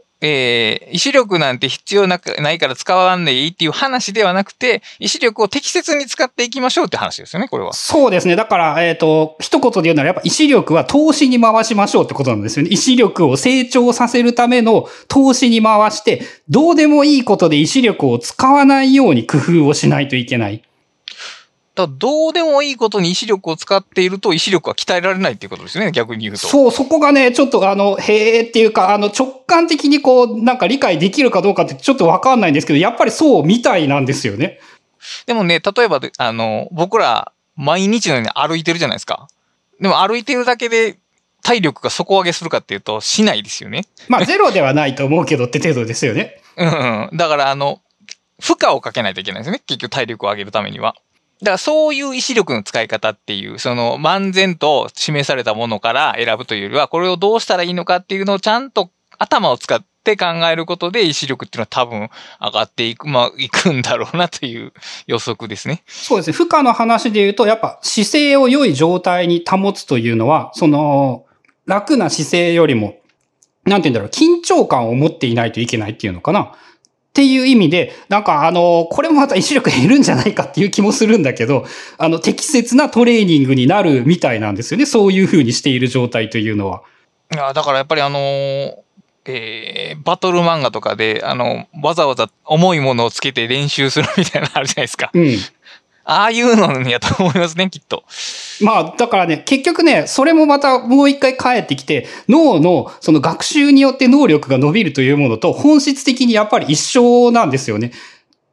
なんて必要ないから使わんでいいっていう話ではなくて、意志力を適切に使っていきましょうって話ですよね、これは。 そうですね。だから、一言で言うならやっぱ意志力は投資に回しましょうってことなんですよね。意志力を成長させるための投資に回して、どうでもいいことで意志力を使わないように工夫をしないといけない。 どうでもいいことに意志力を使っていると意志力は鍛えられないっていうことですね、逆に言うと。 そう、そこがね、ちょっとへーっていうか、直感的になんか理解できるかどうかってちょっとわかんないんですけど、やっぱりそうみたいなんですよね。 でもね、例えば僕ら毎日のように歩いてるじゃないですか。でも歩いてるだけで体力が底上げするかっていうとしないですよね。 ゼロではないと思うけどって程度ですよね。 だから負荷をかけないといけないですね。結局体力を上げるためには。だからそういう意志力の使い方っていう、漫然と示されたものから選ぶというよりは、これをどうしたらいいのかっていうのをちゃんと頭を使って考えることで意志力っていうのは多分上がっていくんだろうなという予測ですね。 そうですね。負荷の話で言うと、やっぱ姿勢を良い状態に保つというのは、楽な姿勢よりも、なんて言うんだろう、緊張感を持っていないといけないっていうのかな。っていう意味で、なんかこれもまた意志力減るんじゃないかっていう気もするんだけど、適切なトレーニングになるみたいなんですよね。そういう風にしている状態というのは。 いや、だからやっぱりバトル漫画とかで、わざわざ重いものをつけて練習するみたいなのあるじゃないですか。 うん。 ああいうのやと思いますね、きっと。 だからね、結局ね、それもまたもう一回帰ってきて、脳のその学習によって能力が伸びるというものと本質的にやっぱり一緒なんですよね。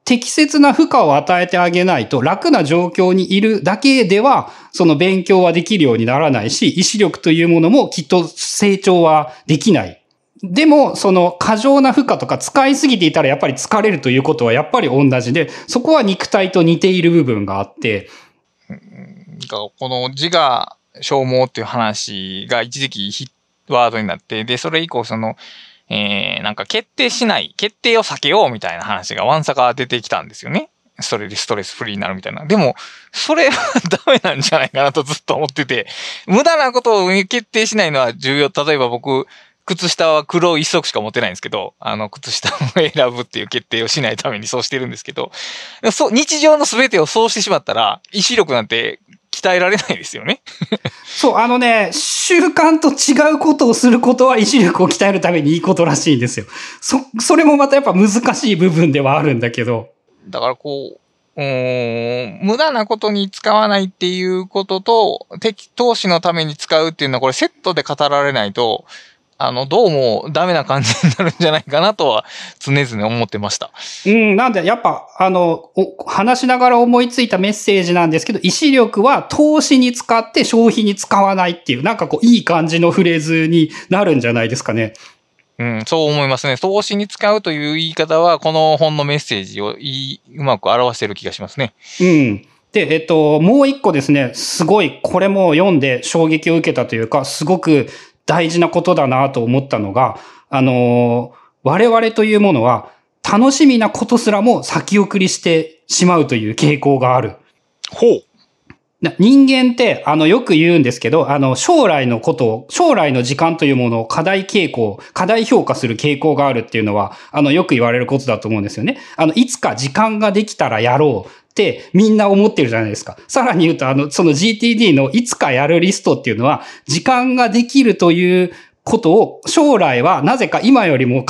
適切な負荷を与えてあげないと楽な状況にいるだけでは、その勉強はできるようにならないし、意志力というものもきっと成長はできない。でも、その過剰な負荷とか使いすぎていたらやっぱり疲れるということはやっぱり同じで、そこは肉体と似ている部分があって、 この自我消耗っていう話が一時期ワードになって、で、それ以降なんか決定を避けようみたいな話がわんさか出てきたんですよね。それでストレスフリーになるみたいな。でも、それはダメなんじゃないかなとずっと思ってて、無駄なことを決定しないのは重要。例えば僕、靴下は黒一足しか持ってないんですけど、靴下を選ぶっていう決定をしないためにそうしてるんですけど、日常の全てをそうしてしまったら、意志力なんて鍛えられないですよね。 そう、習慣と違うことをすることは意志力を鍛えるためにいいことらしいんですよ。それもまたやっぱ難しい部分ではあるんだけど。 だから無駄なことに使わないっていうことと、投資のために使うっていうのはこれセットで語られないと、どうもダメな感じになるんじゃないかなとは常々思ってました。 なんで、やっぱ、話しながら思いついたメッセージなんですけど、意志力は投資に使って消費に使わないっていう、なんかいい感じのフレーズになるんじゃないですかね。 そう思いますね。投資に使うという言い方は、この本のメッセージをうまく表している気がしますね。 で、もう一個ですね、すごい、これも読んで衝撃を受けたというか、すごく大事なことだなと思ったのが、我々というものは楽しみなことすらも先送りしてしまうという傾向がある。 ほう。 人間ってよく言うんですけど、将来の時間というものを過大評価する傾向があるっていうのは、よく言われることだと思うんですよね。いつか時間ができたらやろうってみんな思ってるじゃないですか。さらに言うと、その GTD のいつかやるリストっていうのは、時間ができるということを、将来はなぜか今よりも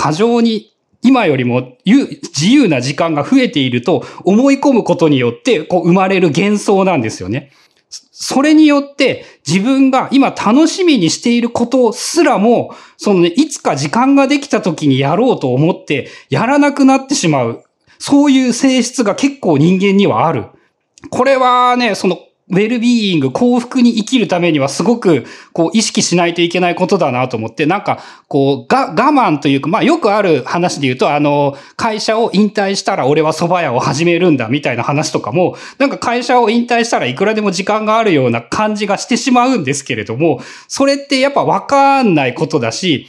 自由な時間が増えていると思い込むことによって生まれる幻想なんですよね。それによって自分が今楽しみにしていることすらも、いつか時間ができた時にやろうと思ってやらなくなってしまう。そういう性質が結構人間にはある。これはね、ウェルビーイング、幸福に生きるためにはすごく、意識しないといけないことだなと思って、なんか、我慢というか、よくある話で言うと、会社を引退したら俺は蕎麦屋を始めるんだみたいな話とかも、なんか会社を引退したらいくらでも時間があるような感じがしてしまうんですけれども、それってやっぱわかんないことだし、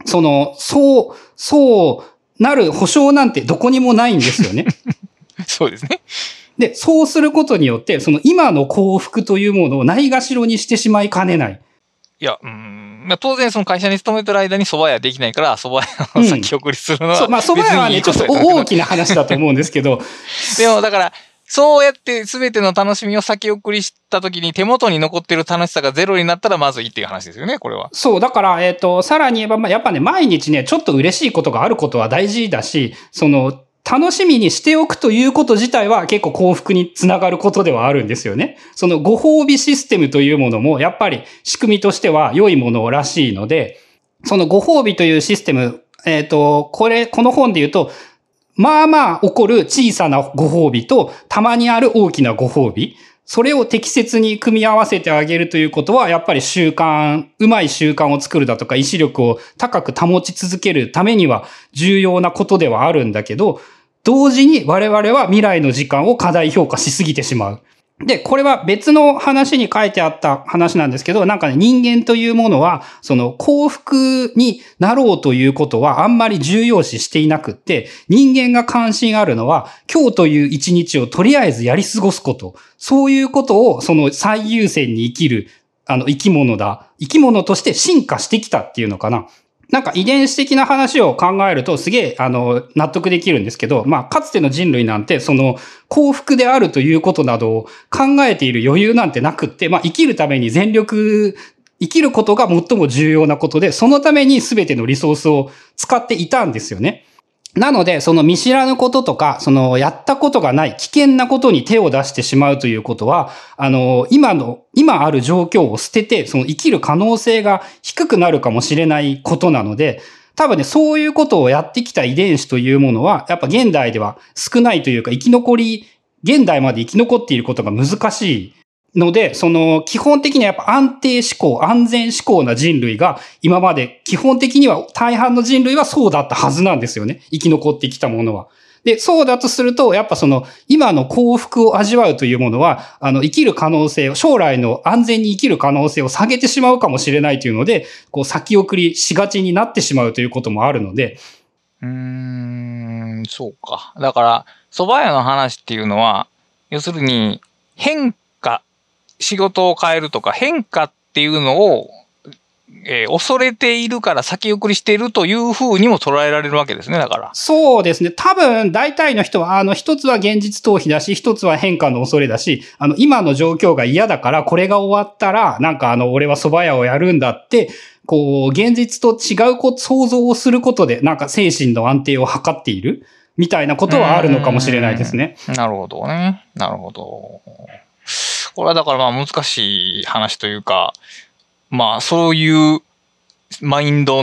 そうなる保証なんてどこにもないんですよね。 そうですね。 で、そうすることによって、今の幸福というものをないがしろにしてしまいかねない。 いや、当然その会社に勤めてる間に蕎麦屋できないから、蕎麦屋を先送りするのは、 蕎麦屋はね、ちょっと大きな話だと思うんですけど。 でもだから、そうやって全ての楽しみを先送りした時に手元に残ってる楽しさがゼロになったらまずいっていう話ですよね、これは。 そう、だから、さらに言えば、やっぱね、毎日ね、ちょっと嬉しいことがあることは大事だし、楽しみにしておくということ自体は結構幸福につながることではあるんですよね。ご褒美システムというものもやっぱり仕組みとしては良いものらしいので、ご褒美というシステム、この本で言うと、まあまあ起こる小さなご褒美とたまにある大きなご褒美。それを適切に組み合わせてあげるということは、やっぱりうまい習慣を作るだとか、意志力を高く保ち続けるためには重要なことではあるんだけど、同時に我々は未来の時間を過大評価しすぎてしまう。で、これは別の話に書いてあった話なんですけど、なんかね、人間というものは、幸福になろうということはあんまり重要視していなくって、人間が関心あるのは、今日という一日をとりあえずやり過ごすこと。そういうことを、最優先に生きる、生き物として進化してきたっていうのかな。なんか遺伝子的な話を考えるとすげえ、納得できるんですけど、かつての人類なんて、幸福であるということなどを考えている余裕なんてなくって、生きるために生きることが最も重要なことで、そのために全てのリソースを使っていたんですよね。なので、見知らぬこととか、やったことがない危険なことに手を出してしまうということは、今ある状況を捨てて、生きる可能性が低くなるかもしれないことなので、 多分ね、そういうことをやってきた遺伝子というものは、やっぱ現代では少ないというか、現代まで生き残っていることが難しいので、基本的にはやっぱ安定志向、安全志向な人類が、今まで基本的には大半の人類はそうだったはずなんですよね。生き残ってきたものは。で、そうだとすると、やっぱ今の幸福を味わうというものは、生きる可能性を、将来の安全に生きる可能性を下げてしまうかもしれないというので、先送りしがちになってしまうということもあるので。 そうか。だから、蕎麦屋の話っていうのは、要するに、仕事を変えるとか変化っていうのを、恐れているから先送りしているというふうにも捉えられるわけですね、だから。 そうですね。多分、大体の人は、一つは現実逃避だし、一つは変化の恐れだし、今の状況が嫌だから、これが終わったら、俺は蕎麦屋をやるんだって、現実と違う想像をすることで、精神の安定を図っているみたいなことはあるのかもしれないですね。 なるほどね。なるほど。これはだから難しい話というか、そういうマインド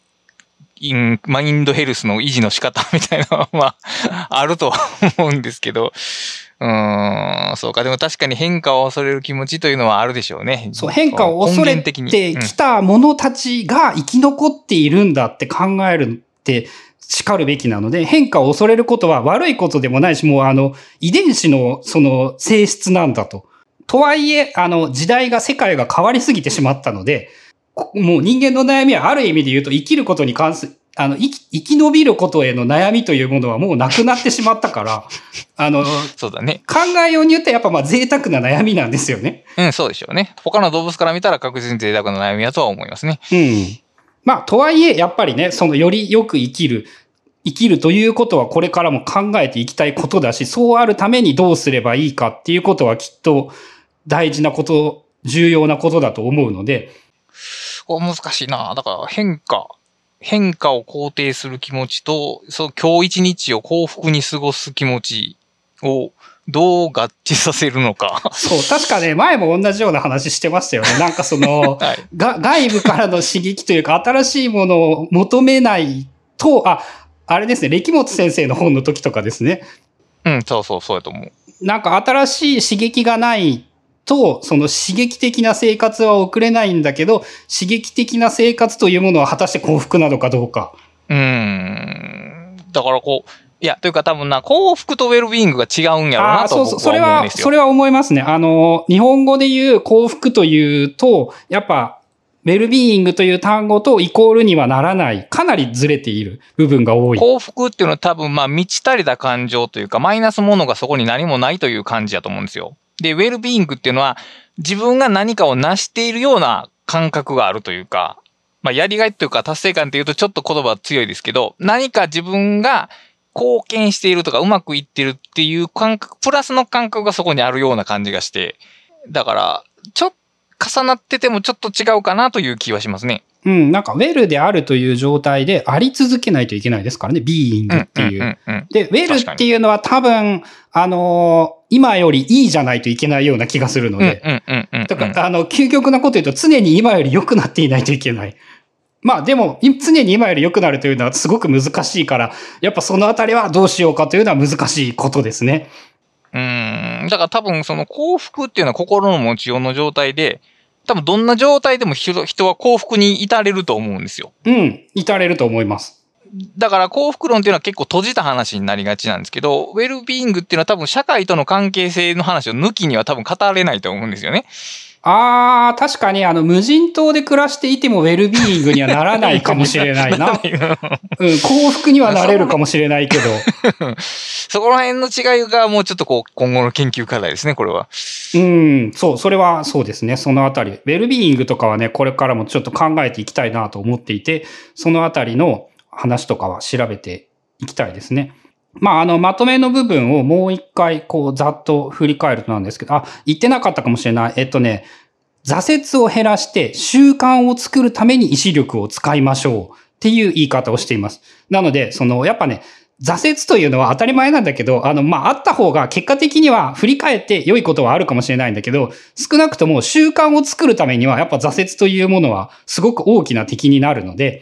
ヘルスの維持の仕方みたいなのは、あるとは思うんですけど、そうか。でも確かに変化を恐れる気持ちというのはあるでしょうね。 そう、変化を恐れてきた者たちが生き残っているんだって考えるって叱るべきなので、変化を恐れることは悪いことでもないし、もう遺伝子の性質なんだと。とはいえ、世界が変わりすぎてしまったので、もう人間の悩みはある意味で言うと生きることに関する、生き延びることへの悩みというものはもうなくなってしまったから、 そうだね。 考えようによってやっぱ贅沢な悩みなんですよね。 そうでしょうね。他の動物から見たら確実に贅沢な悩みだとは思いますね。 とはいえ、やっぱりね、よりよく生きるということはこれからも考えていきたいことだし、そうあるためにどうすればいいかっていうことはきっと大事なこと、重要なことだと思うので。 難しいな。だから変化を肯定する気持ちと、今日一日を幸福に過ごす気持ちをどう合致させるのか。 そう、確かね、前も同じような話してましたよね。はい、外部からの刺激というか、新しいものを求めないと、あれですね、歴本先生の本の時とかですね。 そうやと思う。 新しい刺激がないと、刺激的な生活は送れないんだけど、刺激的な生活というものは果たして幸福なのかどうか。 だからというか多分幸福とウェルビーイングが違うんやろうなと僕は思うんですよ。 それは思いますね。日本語で言う幸福というと、やっぱ、ウェルビーイングという単語とイコールにはならない、かなりずれている部分が多い。 幸福っていうのは多分満ち足りた感情というか、マイナスものがそこに何もないという感じだと思うんですよ。で、ウェルビーイングっていうのは、自分が何かを成しているような感覚があるというか、やりがいというか達成感っていうとちょっと言葉は強いですけど、何か自分が貢献しているとかうまくいってるっていう感覚、プラスの感覚がそこにあるような感じがして、だから、ちょっと重なっててもちょっと違うかなという気はしますね。 ウェルであるという状態であり続けないといけないですからね、ビーイングっていう。で、ウェルっていうのは多分、今よりいいじゃないといけないような気がするので。だから、究極なこと言うと常に今より良くなっていないといけない。でも、常に今より良くなるというのはすごく難しいから、やっぱそのあたりはどうしようかというのは難しいことですね。 だから多分幸福っていうのは心の持ちようの状態で、多分どんな状態でも人は幸福に至れると思うんですよ。 至れると思います。 だから幸福論っていうのは結構閉じた話になりがちなんですけど、ウェルビーイングっていうのは多分社会との関係性の話を抜きには多分語れないと思うんですよね。 確かに無人島で暮らしていてもウェルビーイングにはならないかもしれないな。幸福にはなれるかもしれないけど。 そこら辺の違いがもうちょっと今後の研究課題ですね、これは。 それはそうですね、そのあたり。ウェルビーイングとかはね、これからもちょっと考えていきたいなと思っていて、そのあたりの話とかは調べていきたいですね。まとめの部分をもう一回、ざっと振り返るとなんですけど、言ってなかったかもしれない。挫折を減らして習慣を作るために意志力を使いましょうっていう言い方をしています。なので、やっぱね、挫折というのは当たり前なんだけど、あった方が結果的には振り返って良いことはあるかもしれないんだけど、少なくとも習慣を作るためには、やっぱ挫折というものはすごく大きな敵になるので、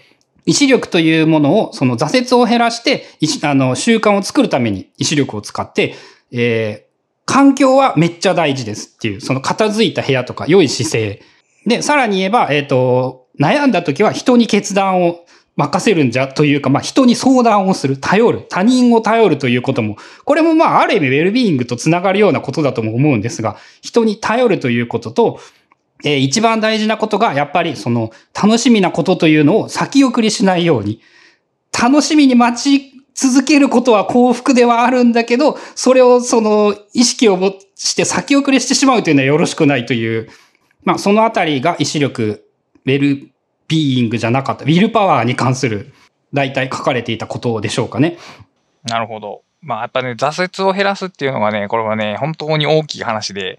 意志力というものを、その挫折を減らして、習慣を作るために意志力を使って、環境はめっちゃ大事ですっていう、その片付いた部屋とか良い姿勢。で、さらに言えば、悩んだ時は人に決断を任せるんじゃというか、人に相談をする、頼る、他人を頼るということも、これもある意味ウェルビーイングとつながるようなことだとも思うんですが、人に頼るということと、一番大事なことが、やっぱりその楽しみなことというのを先送りしないように、楽しみに待ち続けることは幸福ではあるんだけど、それを意識を持して先送りしてしまうというのはよろしくないという、そのあたりが意志力、ウェルビーイングじゃなかった、ウィルパワーに関する大体書かれていたことでしょうかね。 なるほど。やっぱね、挫折を減らすっていうのがね、これはね、本当に大きい話で、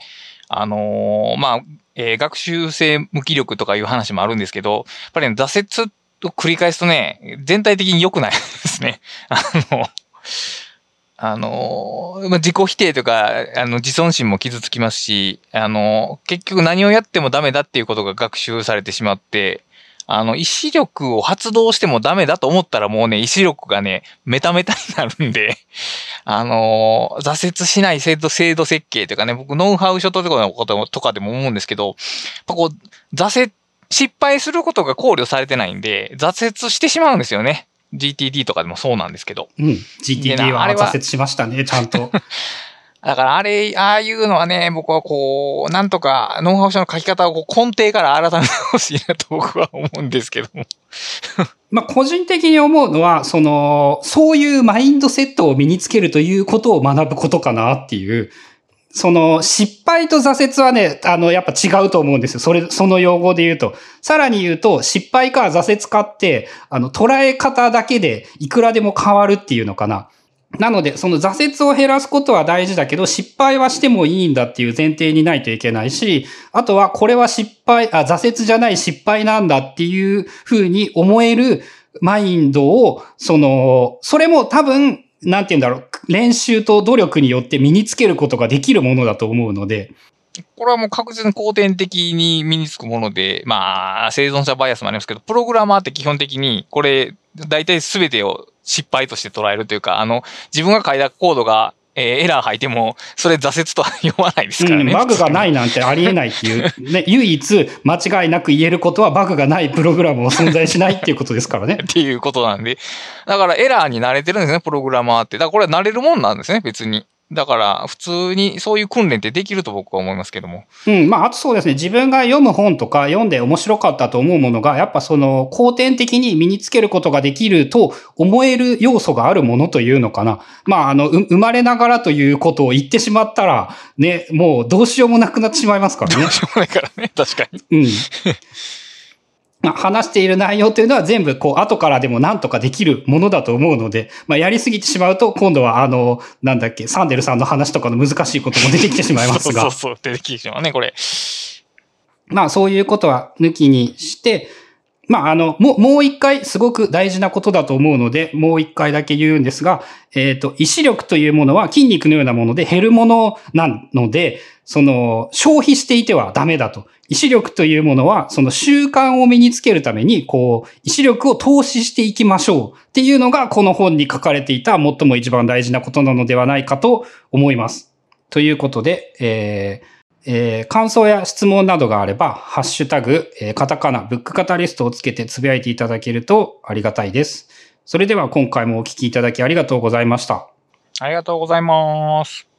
学習性無気力とかいう話もあるんですけど、やっぱりね、挫折を繰り返すとね、全体的に良くないですね。自己否定とか、自尊心も傷つきますし、結局何をやってもダメだっていうことが学習されてしまって、意志力を発動してもダメだと思ったらもうね、意志力がね、メタメタになるんで、挫折しない制度設計というかね、僕ノウハウ書とかのこととかでも思うんですけど、やっぱこう、失敗することが考慮されてないんで、挫折してしまうんですよね。GTD とかでもそうなんですけど。 GTD は挫折しましたね、ちゃんと。 だからああいうのはね、僕はこう、なんとかノウハウ書の書き方を根底から改めてほしいなと僕は思うんですけども。 個人的に思うのは、そういうマインドセットを身につけるということを学ぶことかなっていう。失敗と挫折はね、やっぱ違うと思うんですよ。その用語で言うと。さらに言うと、失敗か挫折かって、捉え方だけでいくらでも変わるっていうのかな。なので、その挫折を減らすことは大事だけど、失敗はしてもいいんだっていう前提にないといけないし、あとはこれは挫折じゃない失敗なんだっていうふうに思えるマインドを、それも多分、なんて言うんだろう、練習と努力によって身につけることができるものだと思うので。 これはもう確実に後天的に身につくもので、生存者バイアスもありますけど、プログラマーって基本的に、これ、大体全てを失敗として捉えるというか、自分が書いたコードが、エラー吐いても、それ挫折とは言わないですからね。 バグがないなんてありえないっていう、ね、唯一間違いなく言えることはバグがないプログラムは存在しないっていうことですからね。 っていうことなんで。だからエラーに慣れてるんですね、プログラマーって。だからこれは慣れるもんなんですね、別に。だから普通にそういう訓練ってできると僕は思いますけども。 あとそうですね、自分が読む本とか読んで面白かったと思うものが、やっぱ後天的に身につけることができると思える要素があるものというのかな。生まれながらということを言ってしまったら、ね、もうどうしようもなくなってしまいますからね。 どうしようもないからね、確かに。 話している内容というのは全部後からでも何とかできるものだと思うので、やりすぎてしまうと今度はサンデルさんの話とかの難しいことも出てきてしまいますが。 そう、出てきてしまうね、これ。 そういうことは抜きにして、もう一回すごく大事なことだと思うので、もう一回だけ言うんですが、意志力というものは筋肉のようなもので減るものなので、消費していてはダメだと。意志力というものは、習慣を身につけるために、意志力を投資していきましょうっていうのが、この本に書かれていた最も一番大事なことなのではないかと思います。ということで、感想や質問などがあれば、ハッシュタグ、カタカナ、ブックカタリストをつけてつぶやいていただけるとありがたいです。それでは今回もお聞きいただきありがとうございました。 ありがとうございます。